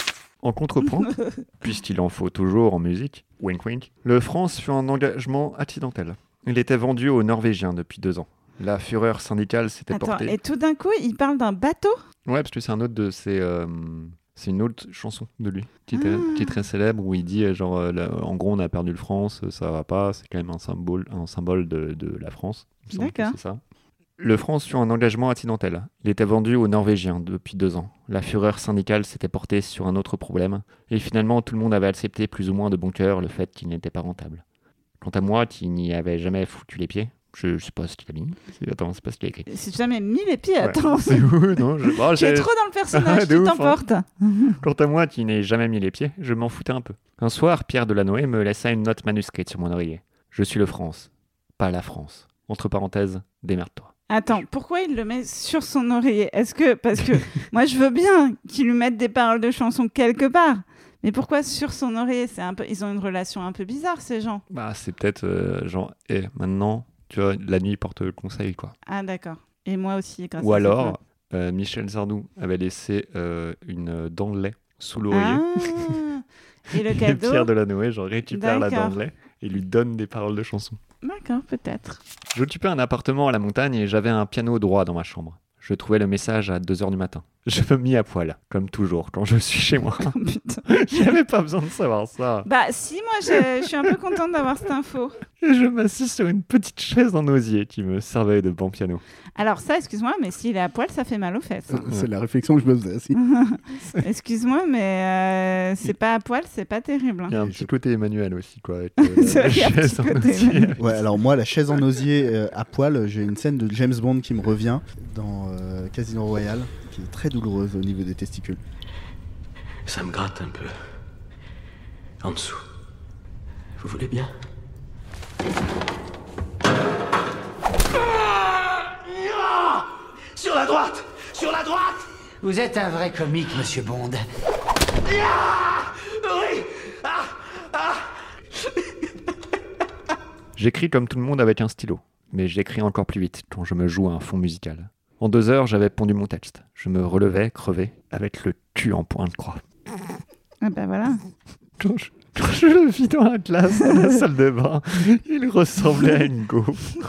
En contrepoint, puisqu'il en faut toujours en musique, wink wink, le France fut un engagement accidentel. Il était vendu aux Norvégiens depuis deux ans. La fureur syndicale s'était Attends, portée. et tout d'un coup, il parle d'un bateau. Ouais, parce que c'est un autre de ses. euh, C'est une autre chanson de lui qui est, Ah. qui est très célèbre où il dit euh, genre euh, là, en gros on a perdu le France, ça va pas, c'est quand même un symbole, un symbole de, de la France. Il me semble que D'accord. c'est ça. Le France fut un engagement accidentel. Il était vendu aux Norvégiens depuis deux ans. La fureur syndicale s'était portée sur un autre problème, et finalement tout le monde avait accepté plus ou moins de bon cœur le fait qu'il n'était pas rentable. Quant à moi, qui n'y avais jamais foutu les pieds, je, je sais pas ce qu'il a mis. C'est- Attends, c'est pas ce qu'il a écrit. Si jamais mis les pieds, Ouais. attends. C'est où Non, je... oh, Tu es j'ai- trop dans le personnage, Ah, de tu ouf, hein. t'emportes. Quant à moi, qui n'ai jamais mis les pieds, je m'en foutais un peu. Un soir, Pierre Delanoë me laissa une note manuscrite sur mon oreiller. Je suis le France, pas la France. Entre parenthèses, démerde-toi. Attends, pourquoi il le met sur son oreiller? Est-ce que parce que moi je veux bien qu'il lui mette des paroles de chansons quelque part, mais pourquoi sur son oreiller? C'est un peu, ils ont une relation un peu bizarre ces gens. Bah, c'est peut-être euh, genre, et maintenant, tu vois, la nuit porte conseil, quoi. Ah d'accord. Et moi aussi grâce Ou à cette alors, note. euh, Michel Sardou avait laissé euh, une dent de lait sous l'oreiller. Ah. Et le Et cadeau. Pierre Delanoë, genre, récupère la dent D'accord. de lait et lui donne des paroles de chansons. D'accord, peut-être. J'occupais un appartement à la montagne et j'avais un piano droit dans ma chambre. Je trouvais le message à deux heures du matin. Je me mis à poil, comme toujours, quand je suis chez moi. Oh, putain. J'avais pas besoin de savoir ça. Bah si, moi je, je suis un peu contente d'avoir cette info. Et je m'assis sur une petite chaise en osier qui me servait de banc piano. Alors ça, excuse-moi, mais s'il est à poil, ça fait mal aux fesses. hein. C'est la réflexion que je me faisais aussi. Excuse-moi, mais euh, c'est pas à poil, c'est pas terrible. hein. Il y a un Et petit je- côté Emmanuel aussi, quoi. Avec, euh, C'est la, vrai, il y a un chaise petit en côté osier. Emmanuel. Ouais, alors moi, la chaise en osier euh, à poil, j'ai une scène de James Bond qui me revient dans euh, Casino Royale, qui est très douloureuse au niveau des testicules. Ça me gratte un peu. En dessous. Vous voulez bien? Sur la droite! Sur la droite! Vous êtes un vrai comique, monsieur Bond. Oui! Ah! Ah! J'écris comme tout le monde avec un stylo, mais j'écris encore plus vite quand je me joue à un fond musical. En deux heures, j'avais pondu mon texte. Je me relevais, crevé, avec le cul en point de croix. Ah bah voilà. Quand je, quand je le vis dans la classe, dans la salle de bain, il ressemblait à une gaufre.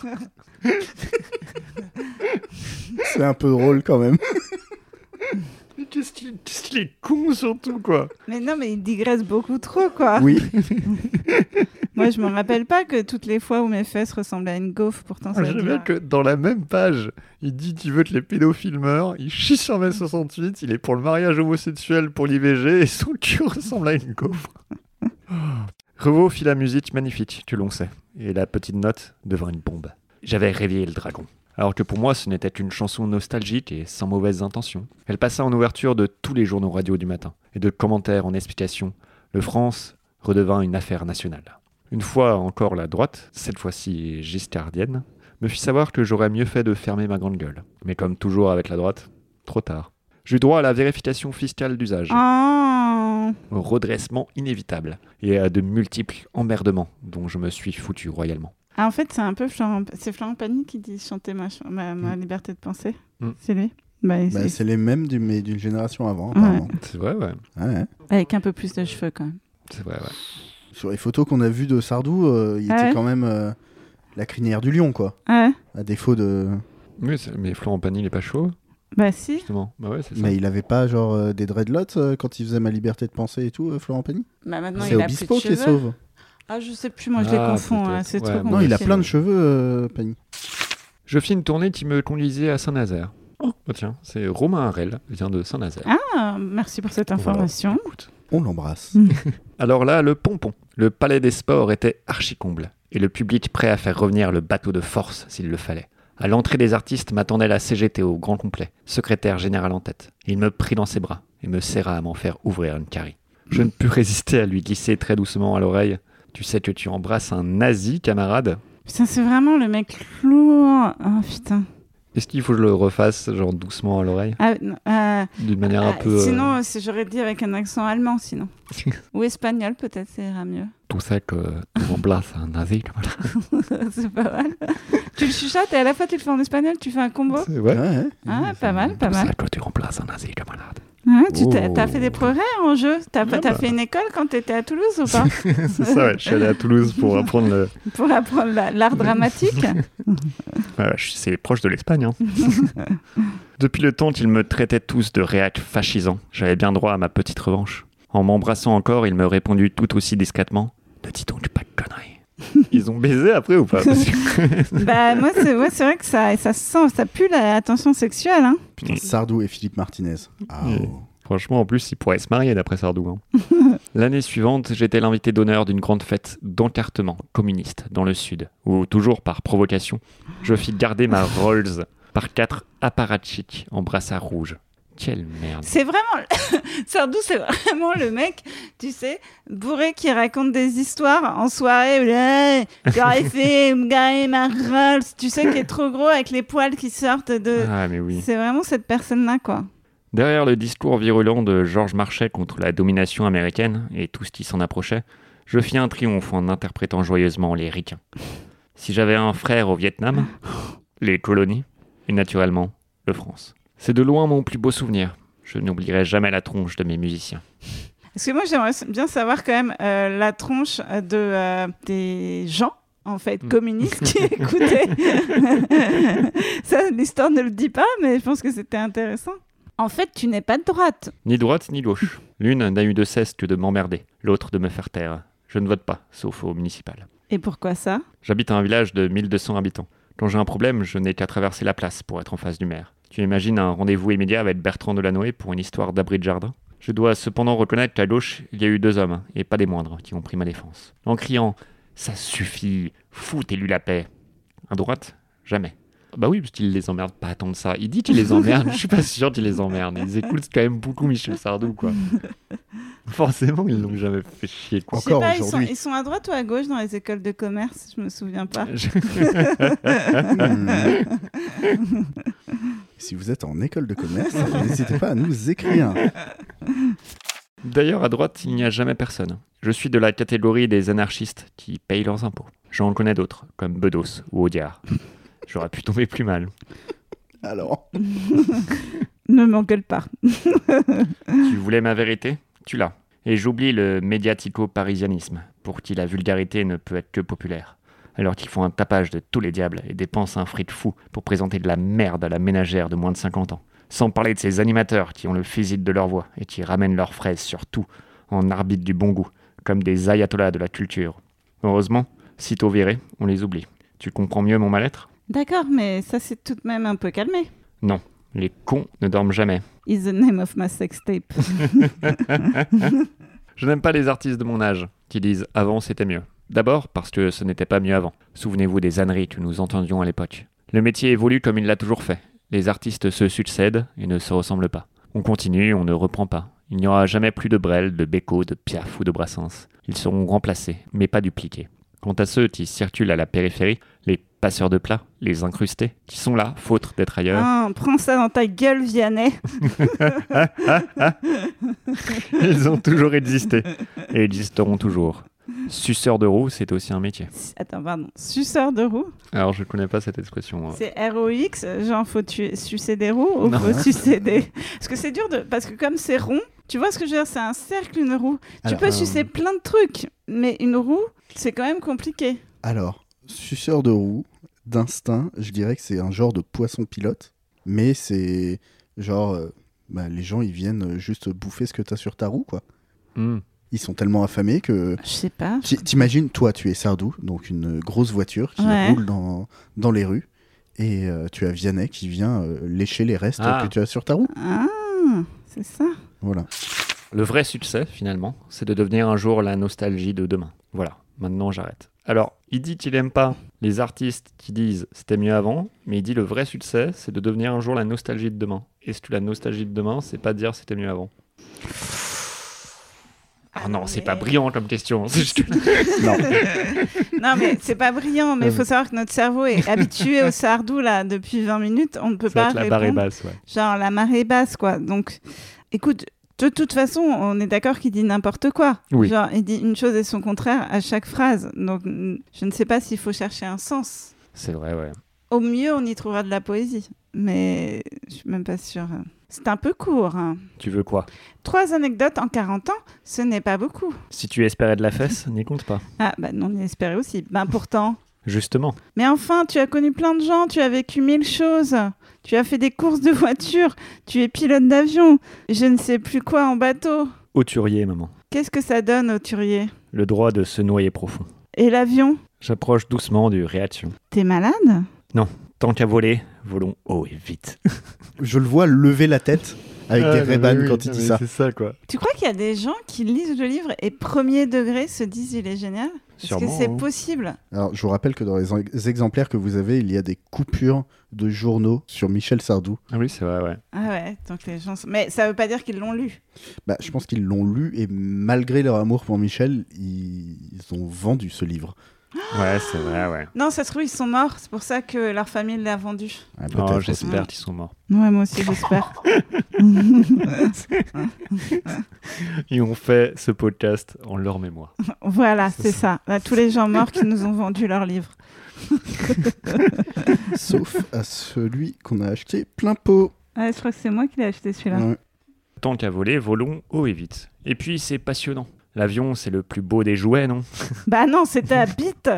C'est un peu drôle quand même. Mais qu'est-ce qu'il, qu'est-ce qu'il est con surtout, quoi. Mais non, mais il digresse beaucoup trop, quoi. Oui, Moi, je me rappelle pas que toutes les fois où mes fesses ressemblaient à une gaufre, pourtant ça Je veut veux dire... que dans la même page, il dit qu'il veut que les pédophiles meurent, il chie sur mai soixante-huit, il est pour le mariage homosexuel pour l'I V G et son cul ressemble à une gaufre. Revaux fit la musique magnifique, que l'on sait, et la petite note devint une bombe. J'avais réveillé le dragon. Alors que pour moi, ce n'était qu'une chanson nostalgique et sans mauvaises intentions. Elle passa en ouverture de tous les journaux radio du matin, et de commentaires en explication. Le France redevint une affaire nationale. Une fois encore la droite, cette fois-ci giscardienne, me fit savoir que j'aurais mieux fait de fermer ma grande gueule. Mais comme toujours avec la droite, trop tard. J'eus droit à la vérification fiscale d'usage, Oh. au redressement inévitable et à de multiples emmerdements dont je me suis foutu royalement. Ah, en fait, c'est un peu Florent... C'est Florent Pagny qui dit chanter ma, ch- ma, ma Mm. liberté de penser. Mm. C'est lui. Bah, Bah, c'est- c'est les mêmes du, mais d'une génération avant, apparemment. C'est vrai, ouais. Ouais, ouais. Avec un peu plus de cheveux quand même. C'est vrai, ouais. Sur les photos qu'on a vues de Sardou, euh, il Ah était ouais. quand même euh, la crinière du lion, quoi. Ouais. À défaut de... Oui, c'est- mais Florent Pagny, il est pas chaud, Bah si. justement. Bah ouais, c'est ça. Mais il avait pas genre euh, des dreadlocks euh, quand il faisait ma liberté de penser et tout, euh, Florent Pagny. Bah maintenant C'est il a plus de Obispo qui est cheveux. sauve. Ah je sais plus, moi je les Ah, confonds. peut-être. hein, C'est Ouais, trop non, compliqué. Non, il a c'est- plein de cheveux, euh, Pagny. Je fis une tournée qui me conduisait à Saint-Nazaire. Oh, tiens, c'est Romain Harel, vient de Saint-Nazaire. Ah, merci pour cette information. Voilà. Écoute. On l'embrasse. Alors là, le pompon. Le palais des sports était archi-comble, et le public prêt à faire revenir le bateau de force s'il le fallait. À l'entrée des artistes m'attendait la C G T au grand complet, secrétaire général en tête. Il me prit dans ses bras et me serra à m'en faire ouvrir une carie. Je ne pus résister à lui glisser très doucement à l'oreille. Tu sais que tu embrasses un nazi, camarade. Putain, c'est vraiment le mec lourd. Oh putain. Est-ce qu'il faut que je le refasse, genre doucement à l'oreille, Ah, non, euh, d'une manière un ah, peu... euh, Sinon, c'est- j'aurais dit avec un accent allemand, sinon. Ou espagnol, peut-être, ça ira mieux. Tout ça que tu embrasses un nazi, camarade. C'est pas mal. Tu le chuchotes et à la fois tu le fais en espagnol, tu fais un combo. C'est vrai. Ouais, ouais. Ah, pas mal, pas Tout ça mal. que tu remplaces un nazi, camarade. Ouais, tu t'as, Oh. t'as fait des progrès en jeu. T'as, Ah t'as bah. fait une école quand t'étais à Toulouse ou pas? C'est ça, ouais. Je suis allé à Toulouse pour apprendre le... Pour apprendre la- l'art dramatique. Ouais, je- c'est proche de l'Espagne. Hein. Depuis le temps qu'ils me traitaient tous de réac fascisant, j'avais bien droit à ma petite revanche. En m'embrassant encore, il me répondit tout aussi discrètement « Ne dis donc pas de conneries ». Ils ont baisé après ou pas? Parce que- Bah, moi, c'est, ouais, c'est vrai que ça, ça sent, ça pue la tension sexuelle. Hein. Putain, Sardou et Philippe Martinez. Ah, Mm. oh. Franchement, en plus, ils pourraient se marier d'après Sardou. Hein. L'année suivante, j'étais l'invité d'honneur d'une grande fête d'encartement communiste dans le sud, où, toujours par provocation, je fis garder ma Rolls par quatre apparatchiks en brassard rouge. Quelle merde. C'est vraiment. Sardou, c'est vraiment le mec, tu sais, bourré qui raconte des histoires en soirée. Ouais, j'aurais fait me garer ma Rolls. Tu sais, qui est trop gros avec les poils qui sortent de. Ah, mais oui. C'est vraiment cette personne-là, quoi. Derrière le discours virulent de Georges Marchais contre la domination américaine et tout ce qui s'en approchait, je fis un triomphe en interprétant joyeusement les ricains. Si j'avais un frère au Vietnam, les colonies, et naturellement, le France. C'est de loin mon plus beau souvenir. Je n'oublierai jamais la tronche de mes musiciens. Parce que moi, j'aimerais bien savoir quand même euh, la tronche de, euh, des gens, en fait, Mm. communistes qui écoutaient. Ça, l'histoire ne le dit pas, mais je pense que c'était intéressant. En fait, tu n'es pas de droite. Ni droite ni gauche. L'une n'a eu de cesse que de m'emmerder, l'autre de me faire taire. Je ne vote pas, sauf au municipal. Et pourquoi ça? J'habite à un village de mille deux cents habitants. Quand j'ai un problème, je n'ai qu'à traverser la place pour être en face du maire. Tu imagines un rendez-vous immédiat avec Bertrand Delanoë pour une histoire d'abri de jardin? Je dois cependant reconnaître qu'à gauche, il y a eu deux hommes, et pas des moindres, qui ont pris ma défense. En criant « Ça suffit, foutez-lui la paix !» À droite, jamais. Bah oui, parce qu'il les emmerde pas tant de ça. Il dit qu'il les emmerde, je suis pas sûr qu'il les emmerde. Ils écoutent quand même beaucoup Michel Sardou, quoi. Forcément, ils l'ont jamais fait chier, quoi. Je sais Encore pas, ils sont, aujourd'hui. ils sont à droite ou à gauche dans les écoles de commerce? Je me souviens pas. Hmm. Si vous êtes en école de commerce, n'hésitez pas à nous écrire. D'ailleurs, à droite, il n'y a jamais personne. Je suis de la catégorie des anarchistes qui payent leurs impôts. J'en connais d'autres, comme Bedos ou Audiard. J'aurais pu tomber plus mal. Alors, Ne m'engueule pas. Tu voulais ma vérité? Tu l'as. Et j'oublie le médiatico-parisianisme, pour qui la vulgarité ne peut être que populaire. Alors qu'ils font un tapage de tous les diables et dépensent un fric fou pour présenter de la merde à la ménagère de moins de cinquante ans. Sans parler de ces animateurs qui ont le physique de leur voix et qui ramènent leurs fraises sur tout, en arbitre du bon goût, comme des ayatollahs de la culture. Heureusement, sitôt virés, on les oublie. Tu comprends mieux mon mal-être? D'accord, mais ça s'est tout de même un peu calmé. Non, les cons ne dorment jamais. Is the name of my sex tape. Je n'aime pas les artistes de mon âge qui disent « avant c'était mieux ». D'abord parce que ce n'était pas mieux avant. Souvenez-vous des âneries que nous entendions à l'époque. Le métier évolue comme il l'a toujours fait. Les artistes se succèdent et ne se ressemblent pas. On continue, on ne reprend pas. Il n'y aura jamais plus de Brel, de Beko, de Piaf ou de Brassens. Ils seront remplacés, mais pas dupliqués. Quant à ceux qui circulent à la périphérie, les passeurs de plats, les incrustés, qui sont là, faute d'être ailleurs. Ah, prends ça dans ta gueule, Vianney. Ils ont toujours existé et existeront toujours. Suceur de roue, c'est aussi un métier. Attends, pardon. Suceur de roue? Alors, je connais pas cette expression. C'est R O X, genre faut tuer, sucer des roues ou Non. faut sucer des... Parce que c'est dur de... Parce que comme c'est rond, tu vois ce que je veux dire, c'est un cercle, une roue. Alors, tu peux euh, sucer plein de trucs, mais une roue, c'est quand même compliqué. Alors, suceur de roue, d'instinct, je dirais que c'est un genre de poisson pilote, mais c'est genre, euh, bah, les gens ils viennent juste bouffer ce que t'as sur ta roue, quoi. Mm. Ils sont tellement affamés que... Je sais pas. Ti- T'imagines, toi tu es Sardou, donc une grosse voiture qui Ouais. roule dans, dans les rues, et euh, tu as Vianney qui vient euh, lécher les restes Ah. que tu as sur ta roue. Ah, c'est ça. Voilà. Le vrai succès, finalement, c'est de devenir un jour la nostalgie de demain. Voilà, maintenant j'arrête. Alors, il dit qu'il aime pas les artistes qui disent c'était mieux avant, mais il dit le vrai succès, c'est de devenir un jour la nostalgie de demain. Est-ce que la nostalgie de demain, c'est pas dire c'était mieux avant? Ah non, c'est mais- pas brillant comme question. C'est juste- Non. Non, mais c'est pas brillant, mais il faut savoir que notre cerveau est habitué au Sardou, là, depuis vingt minutes. On ne peut C'est vrai pas que la répondre. barre est basse, ouais. Genre la marée basse, quoi. Donc, écoute, de toute façon, on est d'accord qu'il dit n'importe quoi. Oui. Genre, il dit une chose et son contraire à chaque phrase. Donc, mm, je ne sais pas s'il faut chercher un sens. C'est vrai, ouais. Au mieux, on y trouvera de la poésie. Mais je suis même pas sûre. C'est un peu court. Hein. Tu veux quoi? Trois anecdotes en quarante ans, ce n'est pas beaucoup. Si tu espérais de la fesse, n'y compte pas. Ah, bah non, on y espérait aussi. Ben pourtant. Justement. Mais enfin, tu as connu plein de gens, tu as vécu mille choses. Tu as fait des courses de voiture, tu es pilote d'avion, je ne sais plus quoi en bateau. Auturier, maman. Qu'est-ce que ça donne au turier? Le droit de se noyer profond. Et l'avion? J'approche doucement du réaction. T'es malade? Tant qu'à voler, volons haut et vite. Je le vois lever la tête avec des Ray-Ban quand il dit ça. C'est ça, quoi. Tu crois qu'il y a des gens qui lisent le livre et premier degré se disent il est génial? Est-ce que Sûrement, c'est hein. possible? Alors, je vous rappelle que dans les en- exemplaires que vous avez, il y a des coupures de journaux sur Michel Sardou. Ah oui, c'est vrai, ouais. Ah ouais, donc les gens... sont- Mais ça veut pas dire qu'ils l'ont lu. Bah, je pense qu'ils l'ont lu et malgré leur amour pour Michel, ils, ils ont vendu ce livre. Ouais, c'est vrai, ouais. Non, ça se trouve, ils sont morts. C'est pour ça que leur famille l'a vendu. Ah, peut-être Oh, aussi. j'espère qu'ils sont morts. Ouais, moi aussi, j'espère. Ils ont fait ce podcast en leur mémoire. Voilà, c'est ça. Là, tous les gens morts qui nous ont vendu leur livre. Sauf à celui qu'on a acheté plein pot. Ouais, je crois que c'est moi qui l'ai acheté celui-là. Ouais. Tant qu'à voler, volons haut et vite. Et puis, c'est passionnant. L'avion, c'est le plus beau des jouets, non? Bah non, c'était à bite.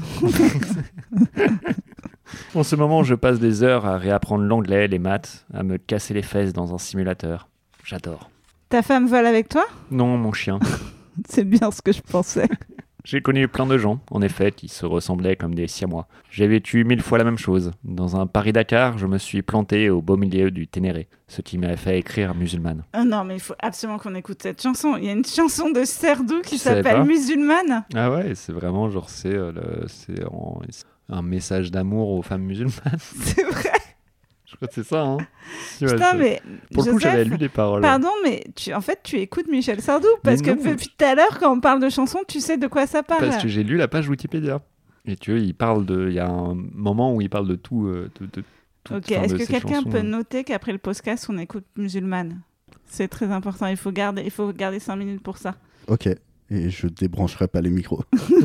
En ce moment, je passe des heures à réapprendre l'anglais, les maths, à me casser les fesses dans un simulateur. J'adore. Ta femme vole avec toi? Non, mon chien. C'est bien ce que je pensais. J'ai connu plein de gens, en effet, qui se ressemblaient comme des siamois. J'ai vécu mille fois la même chose. Dans un Paris-Dakar, je me suis planté au beau milieu du Ténéré, ce qui m'a fait écrire Musulmane. Oh non, mais il faut absolument qu'on écoute cette chanson. Il y a une chanson de Sardou qui Tu savais s'appelle pas Musulmane. Ah ouais, c'est vraiment genre, c'est euh, le- c'est en- un message d'amour aux femmes musulmanes. C'est vrai. Je crois que c'est ça, hein. Si, ouais, Putain, c'est- mais Pour le coup, Joseph, j'avais lu des paroles. pardon, mais tu, en fait, tu écoutes Michel Sardou parce Mais que non. depuis tout à l'heure, quand on parle de chansons, tu sais de quoi ça parle. Parce que j'ai lu la page Wikipédia. Et tu vois, il parle de. Il y a un moment où il parle de tout. euh, de, de, tout- Ok, enfin, est-ce de que ces quelqu'un chansons. peut noter qu'après le podcast, on écoute Musulmane? C'est très important. Il faut garder, il faut garder cinq minutes pour ça. Ok. Et je débrancherai pas les micros.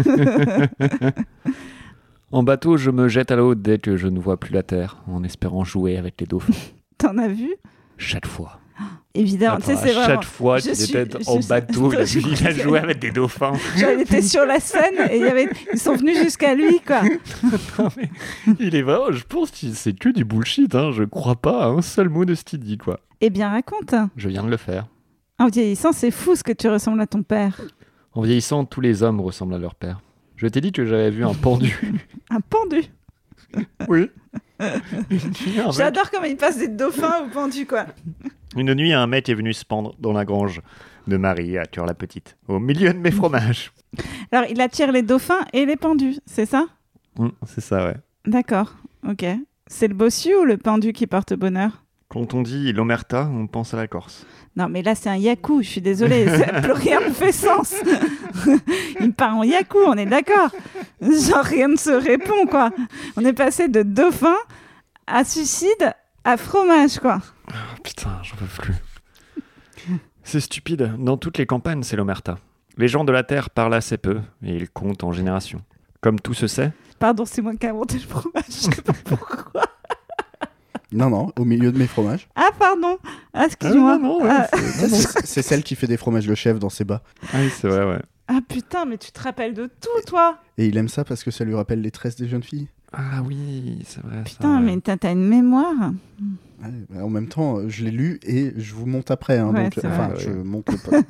En bateau, je me jette à l'eau dès que je ne vois plus la terre, en espérant jouer avec les dauphins. T'en as vu? Chaque fois. Évidemment. Tu sais, Attends, c'est à vraiment. chaque fois Je qu'il suis- était je en suis- bateau, il a, je vu- il a joué avec des dauphins. Genre, il était sur la scène et il y avait... ils sont venus jusqu'à lui, quoi. Non, mais il est vraiment. Je pense que c'est que du bullshit. Hein. Je crois pas à un seul mot de ce qu'il dit, quoi. Eh bien, raconte. Je viens de le faire. En vieillissant, c'est fou ce que tu ressembles à ton père. En vieillissant, tous les hommes ressemblent à leur père. Je t'ai dit que j'avais vu un pendu. Un pendu. Oui. Une nuit, un mec- J'adore comment il passe des dauphins au pendu, quoi. Une nuit, un mec est venu se pendre dans la grange de Marie à Cœur-la-Petite, au milieu de mes fromages. Alors, il attire les dauphins et les pendus, c'est ça? Hum, c'est ça, ouais. D'accord, ok. C'est le bossu ou le pendu qui porte bonheur? Quand on dit l'omerta, on pense à la Corse. Non, mais là, c'est un yaku, je suis désolée, ça, plus rien ne fait sens. Il part en yaku, on est d'accord. Genre, rien ne se répond, quoi. On est passé de dauphin à suicide à fromage, quoi. Oh, putain, j'en peux plus. C'est stupide. Dans toutes les campagnes, c'est l'omerta. Les gens de la Terre parlent assez peu, et ils comptent en générations. Comme tout se sait... Pardon, c'est moi qui ai inventé le fromage, je sais pas pourquoi. Non, non, au milieu de mes fromages. Ah, pardon. Ah, excuse-moi. Ah, non, non, ouais, Ah. c'est... non, non. C'est c'est celle qui fait des fromages de chèvre dans ses bas. Ah oui, c'est vrai, ouais. Ah, putain, mais tu te rappelles de tout, toi. Et il aime ça parce que ça lui rappelle les tresses des jeunes filles. Ah oui, c'est vrai. Putain, ça, ouais. mais t'as, t'as une mémoire. Ouais, bah, en même temps, euh, je l'ai lu et je vous monte après. Hein, Ouais, donc, c'est enfin, vrai. je monte le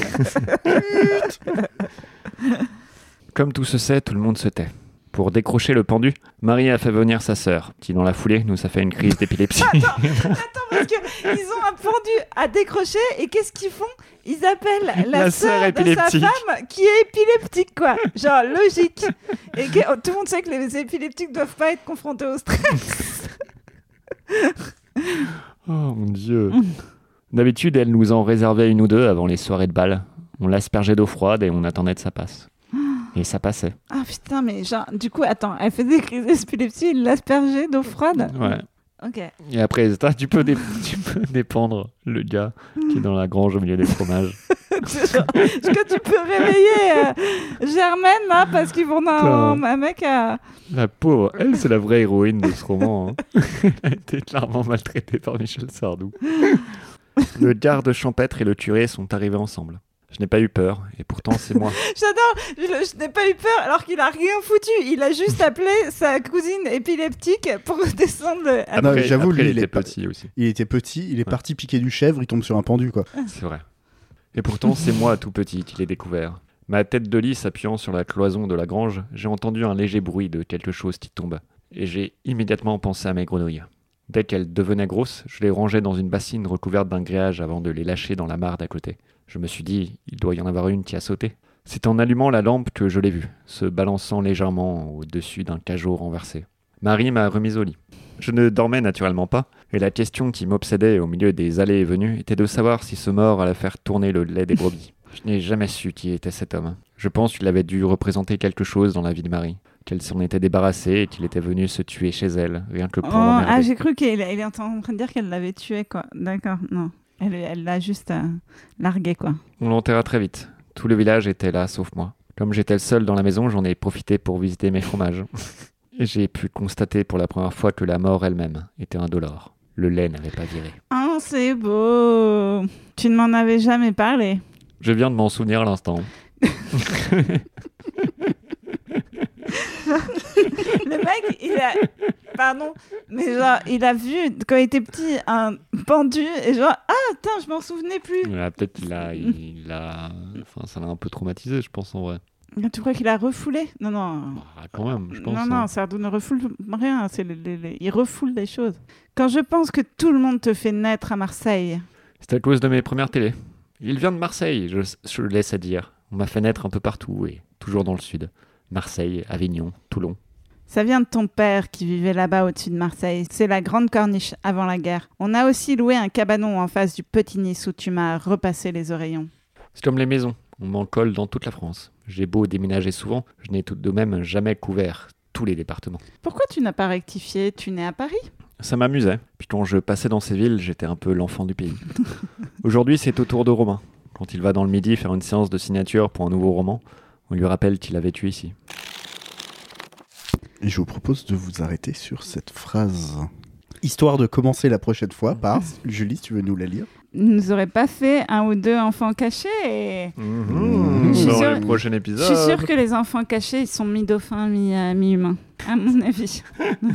pas. Comme tout se sait, tout le monde se tait. Pour décrocher le pendu, Marie a fait venir sa sœur, qui dans la foulée nous a fait une crise d'épilepsie. Attends, parce qu'ils ont un pendu à décrocher et qu'est-ce qu'ils font? Ils appellent la, La sœur sœur de sa épileptique. femme qui est épileptique, quoi. Genre, logique. Et que, oh, tout le monde sait que les épileptiques doivent pas être confrontés au stress. Oh mon dieu. D'habitude, elle nous en réservait une ou deux avant les soirées de bal. On l'aspergeait d'eau froide et on attendait que ça passe. Et ça passait. Ah putain, mais genre, du coup, attends, elle faisait des crises d'épilepsie, il l'aspergeait d'eau froide. Ouais. Ok. Et après, ça, tu peux, dé- tu peux dépendre le gars qui est dans la grange au milieu des fromages. C'est genre, est-ce que tu peux réveiller euh, Germaine, là, parce qu'ils vont dans Putain. un mec à... La pauvre, elle, c'est la vraie héroïne de ce roman. Hein. Elle a été clairement maltraitée par Michel Sardou. Le garde champêtre et le curé sont arrivés ensemble. Je n'ai pas eu peur, et pourtant c'est moi. J'adore, je, je n'ai pas eu peur alors qu'il a rien foutu. Il a juste appelé sa cousine épileptique pour descendre. Le... Ah non, mais j'avoue, après, lui, il il est était pas- petit aussi. Il était petit, il est Ouais. parti piquer du chèvre, il tombe sur un pendu, quoi. C'est vrai. Et pourtant, c'est moi, tout petit, qui l'ai découvert. Ma tête de lit s'appuyant sur la cloison de la grange, j'ai entendu un léger bruit de quelque chose qui tombe. Et j'ai immédiatement pensé à mes grenouilles. Dès qu'elles devenaient grosses, je les rangeais dans une bassine recouverte d'un grillage avant de les lâcher dans la mare d'à côté. Je me suis dit, il doit y en avoir une qui a sauté. C'est en allumant la lampe que je l'ai vue, se balançant légèrement au-dessus d'un cajot renversé. Marie m'a remise au lit. Je ne dormais naturellement pas, et la question qui m'obsédait au milieu des allées et venues était de savoir si ce mort allait faire tourner le lait des brebis. Je n'ai jamais su qui était cet homme. Je pense qu'il avait dû représenter quelque chose dans la vie de Marie, qu'elle s'en était débarrassée et qu'il était venu se tuer chez elle, rien que pour Oh, l'emmerder. ah, j'ai cru qu'il il est en train de dire qu'elle l'avait tué, quoi. D'accord, non. Elle elle l'a juste euh, largué, quoi. On l'enterra très vite. Tout le village était là, sauf moi. Comme j'étais le seul dans la maison, j'en ai profité pour visiter mes fromages. Et j'ai pu constater pour la première fois que la mort elle-même était indolore. Le lait n'avait pas viré. Oh, c'est beau. Tu ne m'en avais jamais parlé. Je viens de m'en souvenir à l'instant. Le mec, il a... Pardon, mais genre, il a vu, quand il était petit, un pendu, et genre, ah, putain, je m'en souvenais plus. Voilà, peut-être qu'il a, il a... Enfin, ça l'a un peu traumatisé, je pense, en vrai. Tu crois qu'il a refoulé? Non, non. Ah, quand même, je pense. Non, hein. non, Sardou ne refoule rien. C'est les- les- les- Il refoule des choses. Quand je pense que tout le monde te fait naître à Marseille. C'est à cause de mes premières télés. Il vient de Marseille, je, je le laisse à dire. On m'a fait naître un peu partout, et toujours dans le sud. Marseille, Avignon, Toulon. Ça vient de ton père qui vivait là-bas au-dessus de Marseille. C'est la grande corniche avant la guerre. On a aussi loué un cabanon en face du Petit Nice où tu m'as repassé les oreillons. C'est comme les maisons, on m'en colle dans toute la France. J'ai beau déménager souvent, je n'ai tout de même jamais couvert tous les départements. Pourquoi tu n'as pas rectifié? Tu nais à Paris? Ça m'amusait, puis quand je passais dans ces villes, j'étais un peu l'enfant du pays. Aujourd'hui, c'est au tour de Romain. Quand il va dans le midi faire une séance de signature pour un nouveau roman, on lui rappelle qu'il a vécu ici. Et je vous propose de vous arrêter sur cette phrase. Histoire de commencer la prochaine fois par... Julie, si tu veux nous la lire. Ils nous auraient pas fait un ou deux enfants cachés et... Mmh, Je suis dans sûre- le prochain Je épisode. suis sûre que les enfants cachés, ils sont mi-dauphins, mi, euh, mi-humains, à mon avis.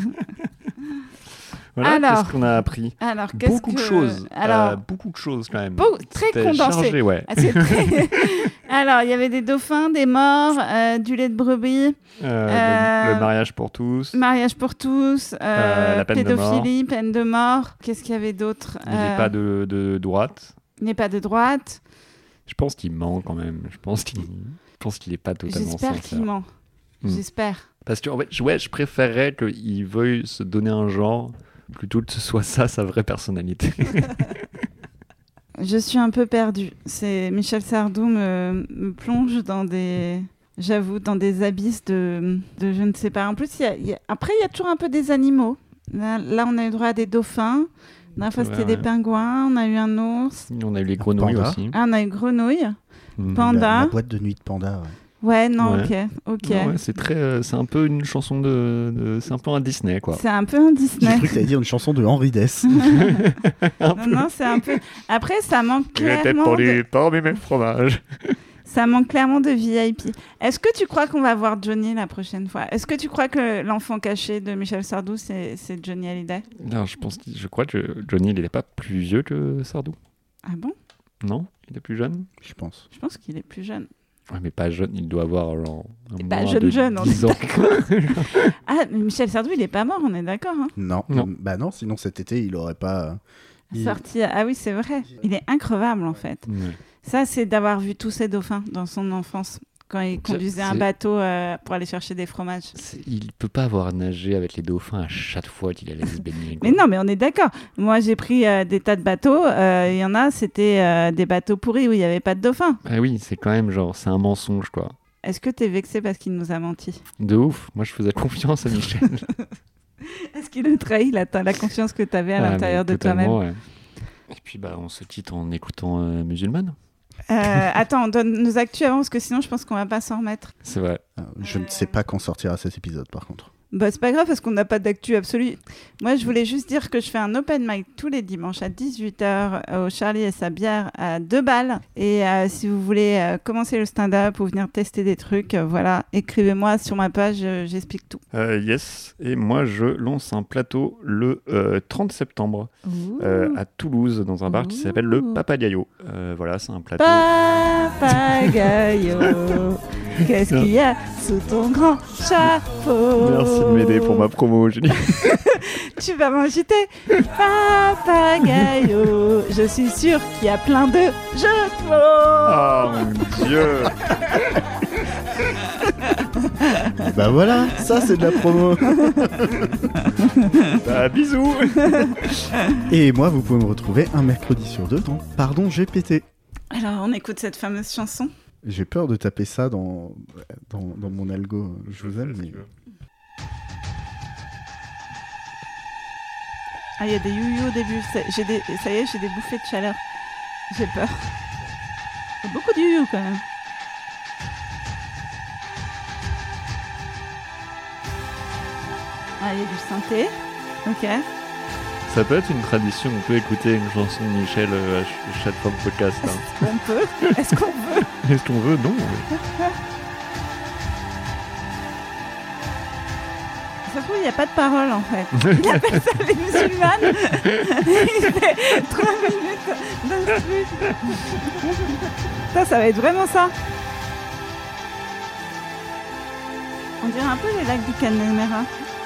Voilà, Alors. qu'est-ce qu'on a appris? Alors, qu'est-ce Beaucoup que... de choses. Alors, Euh, beaucoup de choses quand même. beau- très C'était condensé. chargé, ouais. Ah, c'est très- Alors, il y avait des dauphins, des morts, euh, du lait de brebis, Euh, Euh, le, le mariage pour tous. mariage pour tous, euh, Euh, la peine de pédophilie, peine de mort. Qu'est-ce qu'il y avait d'autre? Il n'est Euh, pas de, de droite. Il n'est pas de droite. Je pense qu'il ment quand même. Je pense qu'il, je pense qu'il est pas totalement J'espère sincère. qu'il ment. Hmm. J'espère. Parce que en fait, je- ouais, je préférerais qu'il veuille se donner un genre Plutôt que ce soit ça, sa vraie personnalité. Je suis un peu perdue. C'est Michel Sardou me, me plonge dans des, j'avoue, dans des abysses de, de je ne sais pas. En plus, il y a, il y a... après, il y a toujours un peu des animaux. Là, là, on a eu droit à des dauphins. La dernière fois, Ouais, c'était ouais. des pingouins. On a eu un ours. On a eu les grenouilles Panda. aussi. Ah, on a eu grenouille. Mhm. Panda. La, la boîte de nuit de Panda, ouais. Ouais, non, Ouais. ok, ok. Non, ouais, c'est très, euh, c'est un peu une chanson de, de- c'est un peu un Disney quoi. C'est un peu un J'ai Disney. cru que t'allais dire une chanson de Henri Dess. Non, non, c'est un peu. Après, ça manque J'étais clairement. pour De... les pommes et mes fromages. Ça manque clairement de V I P. Est-ce que tu crois qu'on va voir Johnny la prochaine fois? Est-ce que tu crois que l'enfant caché de Michel Sardou, c'est, c'est Johnny Hallyday? Non, je pense, que- je crois que Johnny, il n'est pas plus vieux que Sardou. Ah bon? Non, il est plus jeune. Je pense. Je pense qu'il est plus jeune. Ouais, mais pas jeune, il doit avoir genre, un Bah, moins jeune, de jeune, on dix est ans. Ah, mais Michel Sardou, il est pas mort, on est d'accord, hein? Non. Non. Bah non, sinon cet été, il aurait pas... il- Sorti. Ah oui, c'est vrai. Il est increvable, en fait. Ouais. Ça, c'est d'avoir vu tous ces dauphins dans son enfance, quand il conduisait un c'est- bateau euh, pour aller chercher des fromages. C'est- Il peut pas avoir nagé avec les dauphins à chaque fois qu'il allait se baigner. quoi. Mais non, mais on est d'accord. Moi, j'ai pris euh, des tas de bateaux. euh, Il y en a, c'était euh, des bateaux pourris où il n'y avait pas de dauphins. Ah oui, c'est quand même genre, c'est un mensonge quoi. Est-ce que t'es vexé parce qu'il nous a menti? De ouf. Moi, je faisais confiance à Michel. Est-ce qu'il a trahi la, la confiance que t'avais à Ah, l'intérieur mais de toi-même? totalement, ouais. Et puis bah, on se quitte en écoutant euh, Musulmane. Euh, Attends, on donne nos actus avant parce que sinon, je pense qu'on va pas s'en remettre. C'est vrai. Euh, Je ne sais pas quand sortira cet épisode, par contre. Bah, c'est pas grave parce qu'on n'a pas d'actu absolue. Moi, je voulais juste dire que je fais un open mic tous les dimanches à dix-huit heures au Charlie et sa bière à deux balles. Et euh, si vous voulez euh, commencer le stand-up ou venir tester des trucs, euh, voilà, écrivez-moi sur ma page, euh, j'explique tout. Euh, yes. Et moi, je lance un plateau le euh, trente septembre euh, à Toulouse dans un bar qui s'appelle le Papagayo. Euh, voilà, c'est un plateau. Papagayo, qu'est-ce qu'il y a sous ton grand chapeau? Merci de m'aider pour ma promo, Julie. Tu vas m'inviter, Papagayo. Je suis sûre qu'il y a plein de jeux de mots. Oh mon dieu. Bah voilà, ça c'est de la promo. Bah, bisous. Et moi, vous pouvez me retrouver un mercredi sur deux dans Pardon, j'ai pété. Alors, on écoute cette fameuse chanson. J'ai peur de taper ça dans, dans, dans mon algo. Je vous aime, mais... Ah, il y a des you-you au début. Ça, j'ai des, ça y est, j'ai des bouffées de chaleur. J'ai peur. Il y a beaucoup de you-you quand même. Ah, il y a du synthé. Ok. Ça peut être une tradition, on peut écouter une chanson de Michel euh, à ch- chaque fois de podcast. hein. On peut. Est-ce qu'on peut? Est-ce qu'on veut? Non. Ça se trouve, il n'y a pas de parole en fait. Il appelle ça les musulmanes. Il fait trois minutes d'instru. Ça, ça va être vraiment ça. On dirait un peu les lacs du Connemara.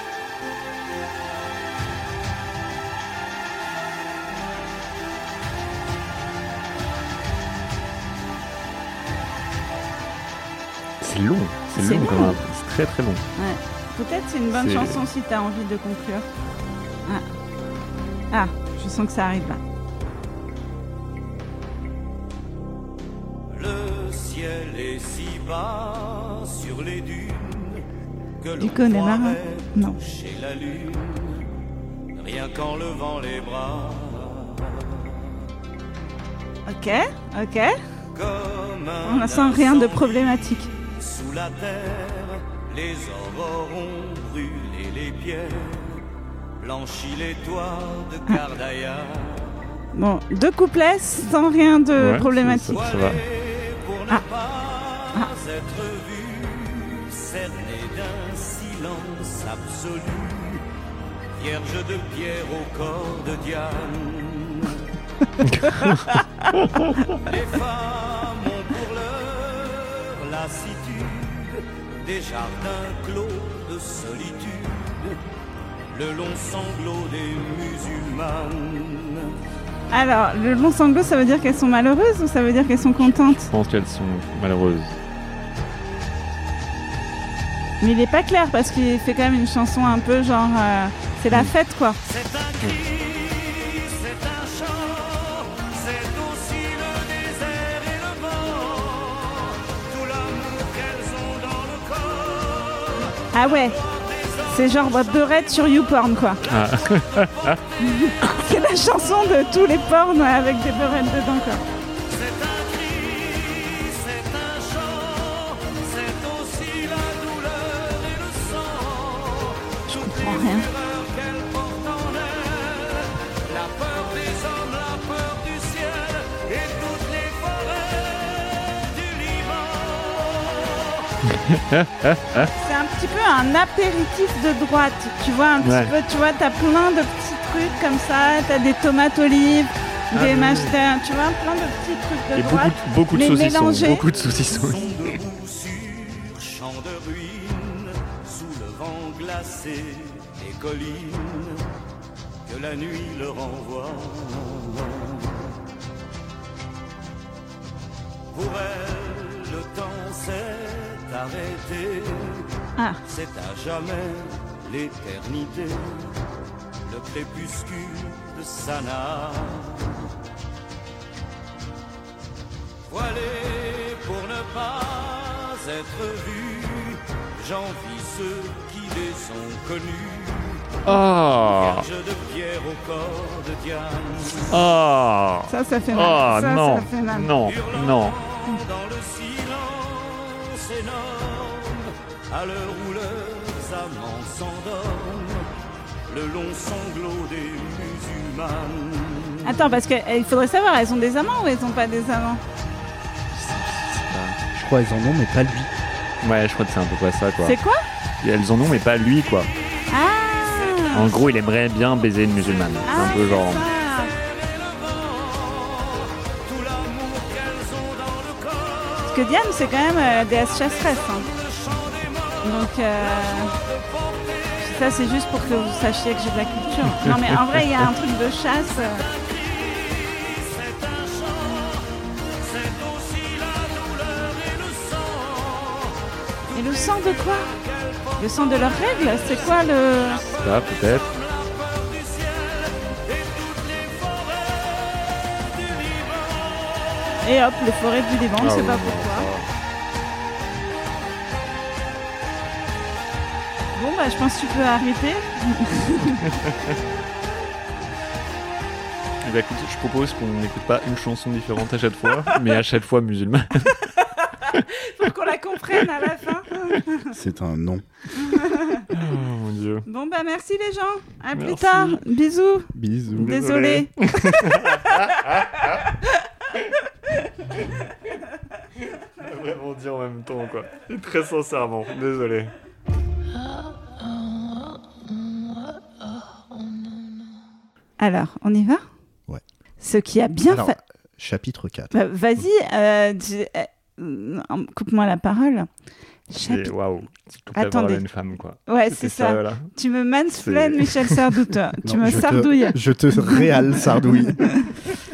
C'est long, c'est, C'est long, long. comme un- c'est très très long. Ouais. Peut-être c'est une bonne C'est- chanson si tu as envie de conclure. Ah. Ah, je sens que ça arrive là. Le ciel est si bas sur les dunes que Du l'on Connemara? croirait Non. toucher la lune, rien qu'en levant les bras. Ok, ok. Comme On un ne sent rien de incendie problématique. sous la terre, les aurores ont brûlé les pierres, blanchi les toits de Cardaya. Bon, deux couplets sans rien de Ouais, problématique. ça- ça va. Pour ne Ah. pas être vu, cerné d'un silence absolu, vierge de pierre au corps de Diane. Les femmes ont pour leur lassitude des jardins clos de solitude, le long sanglot des musulmanes. Alors, le long sanglot, ça veut dire qu'elles sont malheureuses ou ça veut dire qu'elles sont contentes? Je pense qu'elles sont malheureuses. Mais il est pas clair parce qu'il fait quand même une chanson un peu genre euh, C'est la fête, quoi. C'est un cri, c'est un chant, c'est aussi le désert et le vent, tout l'amour qu'elles ont dans le corps. Ah ouais. C'est genre beurette sur YouPorn, quoi. Ah. C'est la chanson de tous les porns avec des beurettes dedans, quoi. C'est un cri, c'est un chant, c'est aussi la douleur et le sang. Je comprends rien. L'erreur qu'elle porte en elle, la peur des hommes, la peur du ciel et toutes les forêts du Liban. C'est un petit peu un apéritif de droite, tu vois, un petit Ouais. peu, tu vois, t'as plein de petits trucs comme ça, t'as des tomates olives, Ah, des oui. machins, tu vois, plein de petits trucs de Et beaucoup, droite. de- beaucoup de mais saucissons. mélangés. Beaucoup de saucissons. Sont debout sur champs de ruines, sous le vent glacé des collines, que la nuit leur envoie. Pour elle, le temps s'est arrêté, Ah, c'est à jamais l'éternité, le crépuscule de Sanaa. Voilés pour ne pas être vus, j'envie ceux qui les ont connus. Oh, Vierges de pierre au corps de Diane, oh, ça, ça fait mal. oh, ça, non, ça fait mal. non, hurlant non. dans le silence énorme, à l'heure où leurs amants s'endorment, le long sanglot des musulmanes. Attends, parce qu'il faudrait savoir, elles ont des amants ou elles ont pas des amants? Je crois qu'elles en ont, mais pas lui. Ouais, je crois que c'est un peu près ça, quoi. C'est quoi? Et elles en ont, mais pas lui, quoi. Ah, En gros, il aimerait bien baiser une musulmane. C'est ah, un peu genre. ça. Parce que Diane, c'est quand même euh, déesse chasseresse. Hein. Donc, euh, ça, c'est juste pour que vous sachiez que j'ai de la culture. Non, mais en vrai, il y a un truc de chasse. euh. Et le sang de quoi? Le sang de leurs règles? C'est quoi le... Ça, peut-être. Et hop, les forêts du Liban, Ah je sais oui, pas non, pourquoi. ça. Bon, bah, je pense que tu peux arrêter. Eh ben, écoute, je propose qu'on n'écoute pas une chanson différente à chaque fois, mais à chaque fois musulmane. Pour qu'on la comprenne à la fin. C'est un nom. Oh mon dieu. Bon, bah, merci les gens. À plus Merci. tard. Bisous. Bisous. Désolé. Vraiment dit en même temps, quoi. Et très sincèrement, désolé. Alors, on y va? Ouais. Ce qui a bien Alors, fait... chapitre quatre. Bah, vas-y, euh, dis- euh, coupe-moi la parole. C'est Chapi- waouh. C'est toute la Attendez. parole à une femme, quoi. Ouais, C'était c'est ça. voilà. Tu me mansplaines, C'est- Michel Sardou, toi. Tu Non, me je te- sardouilles. Je te réale sardouille.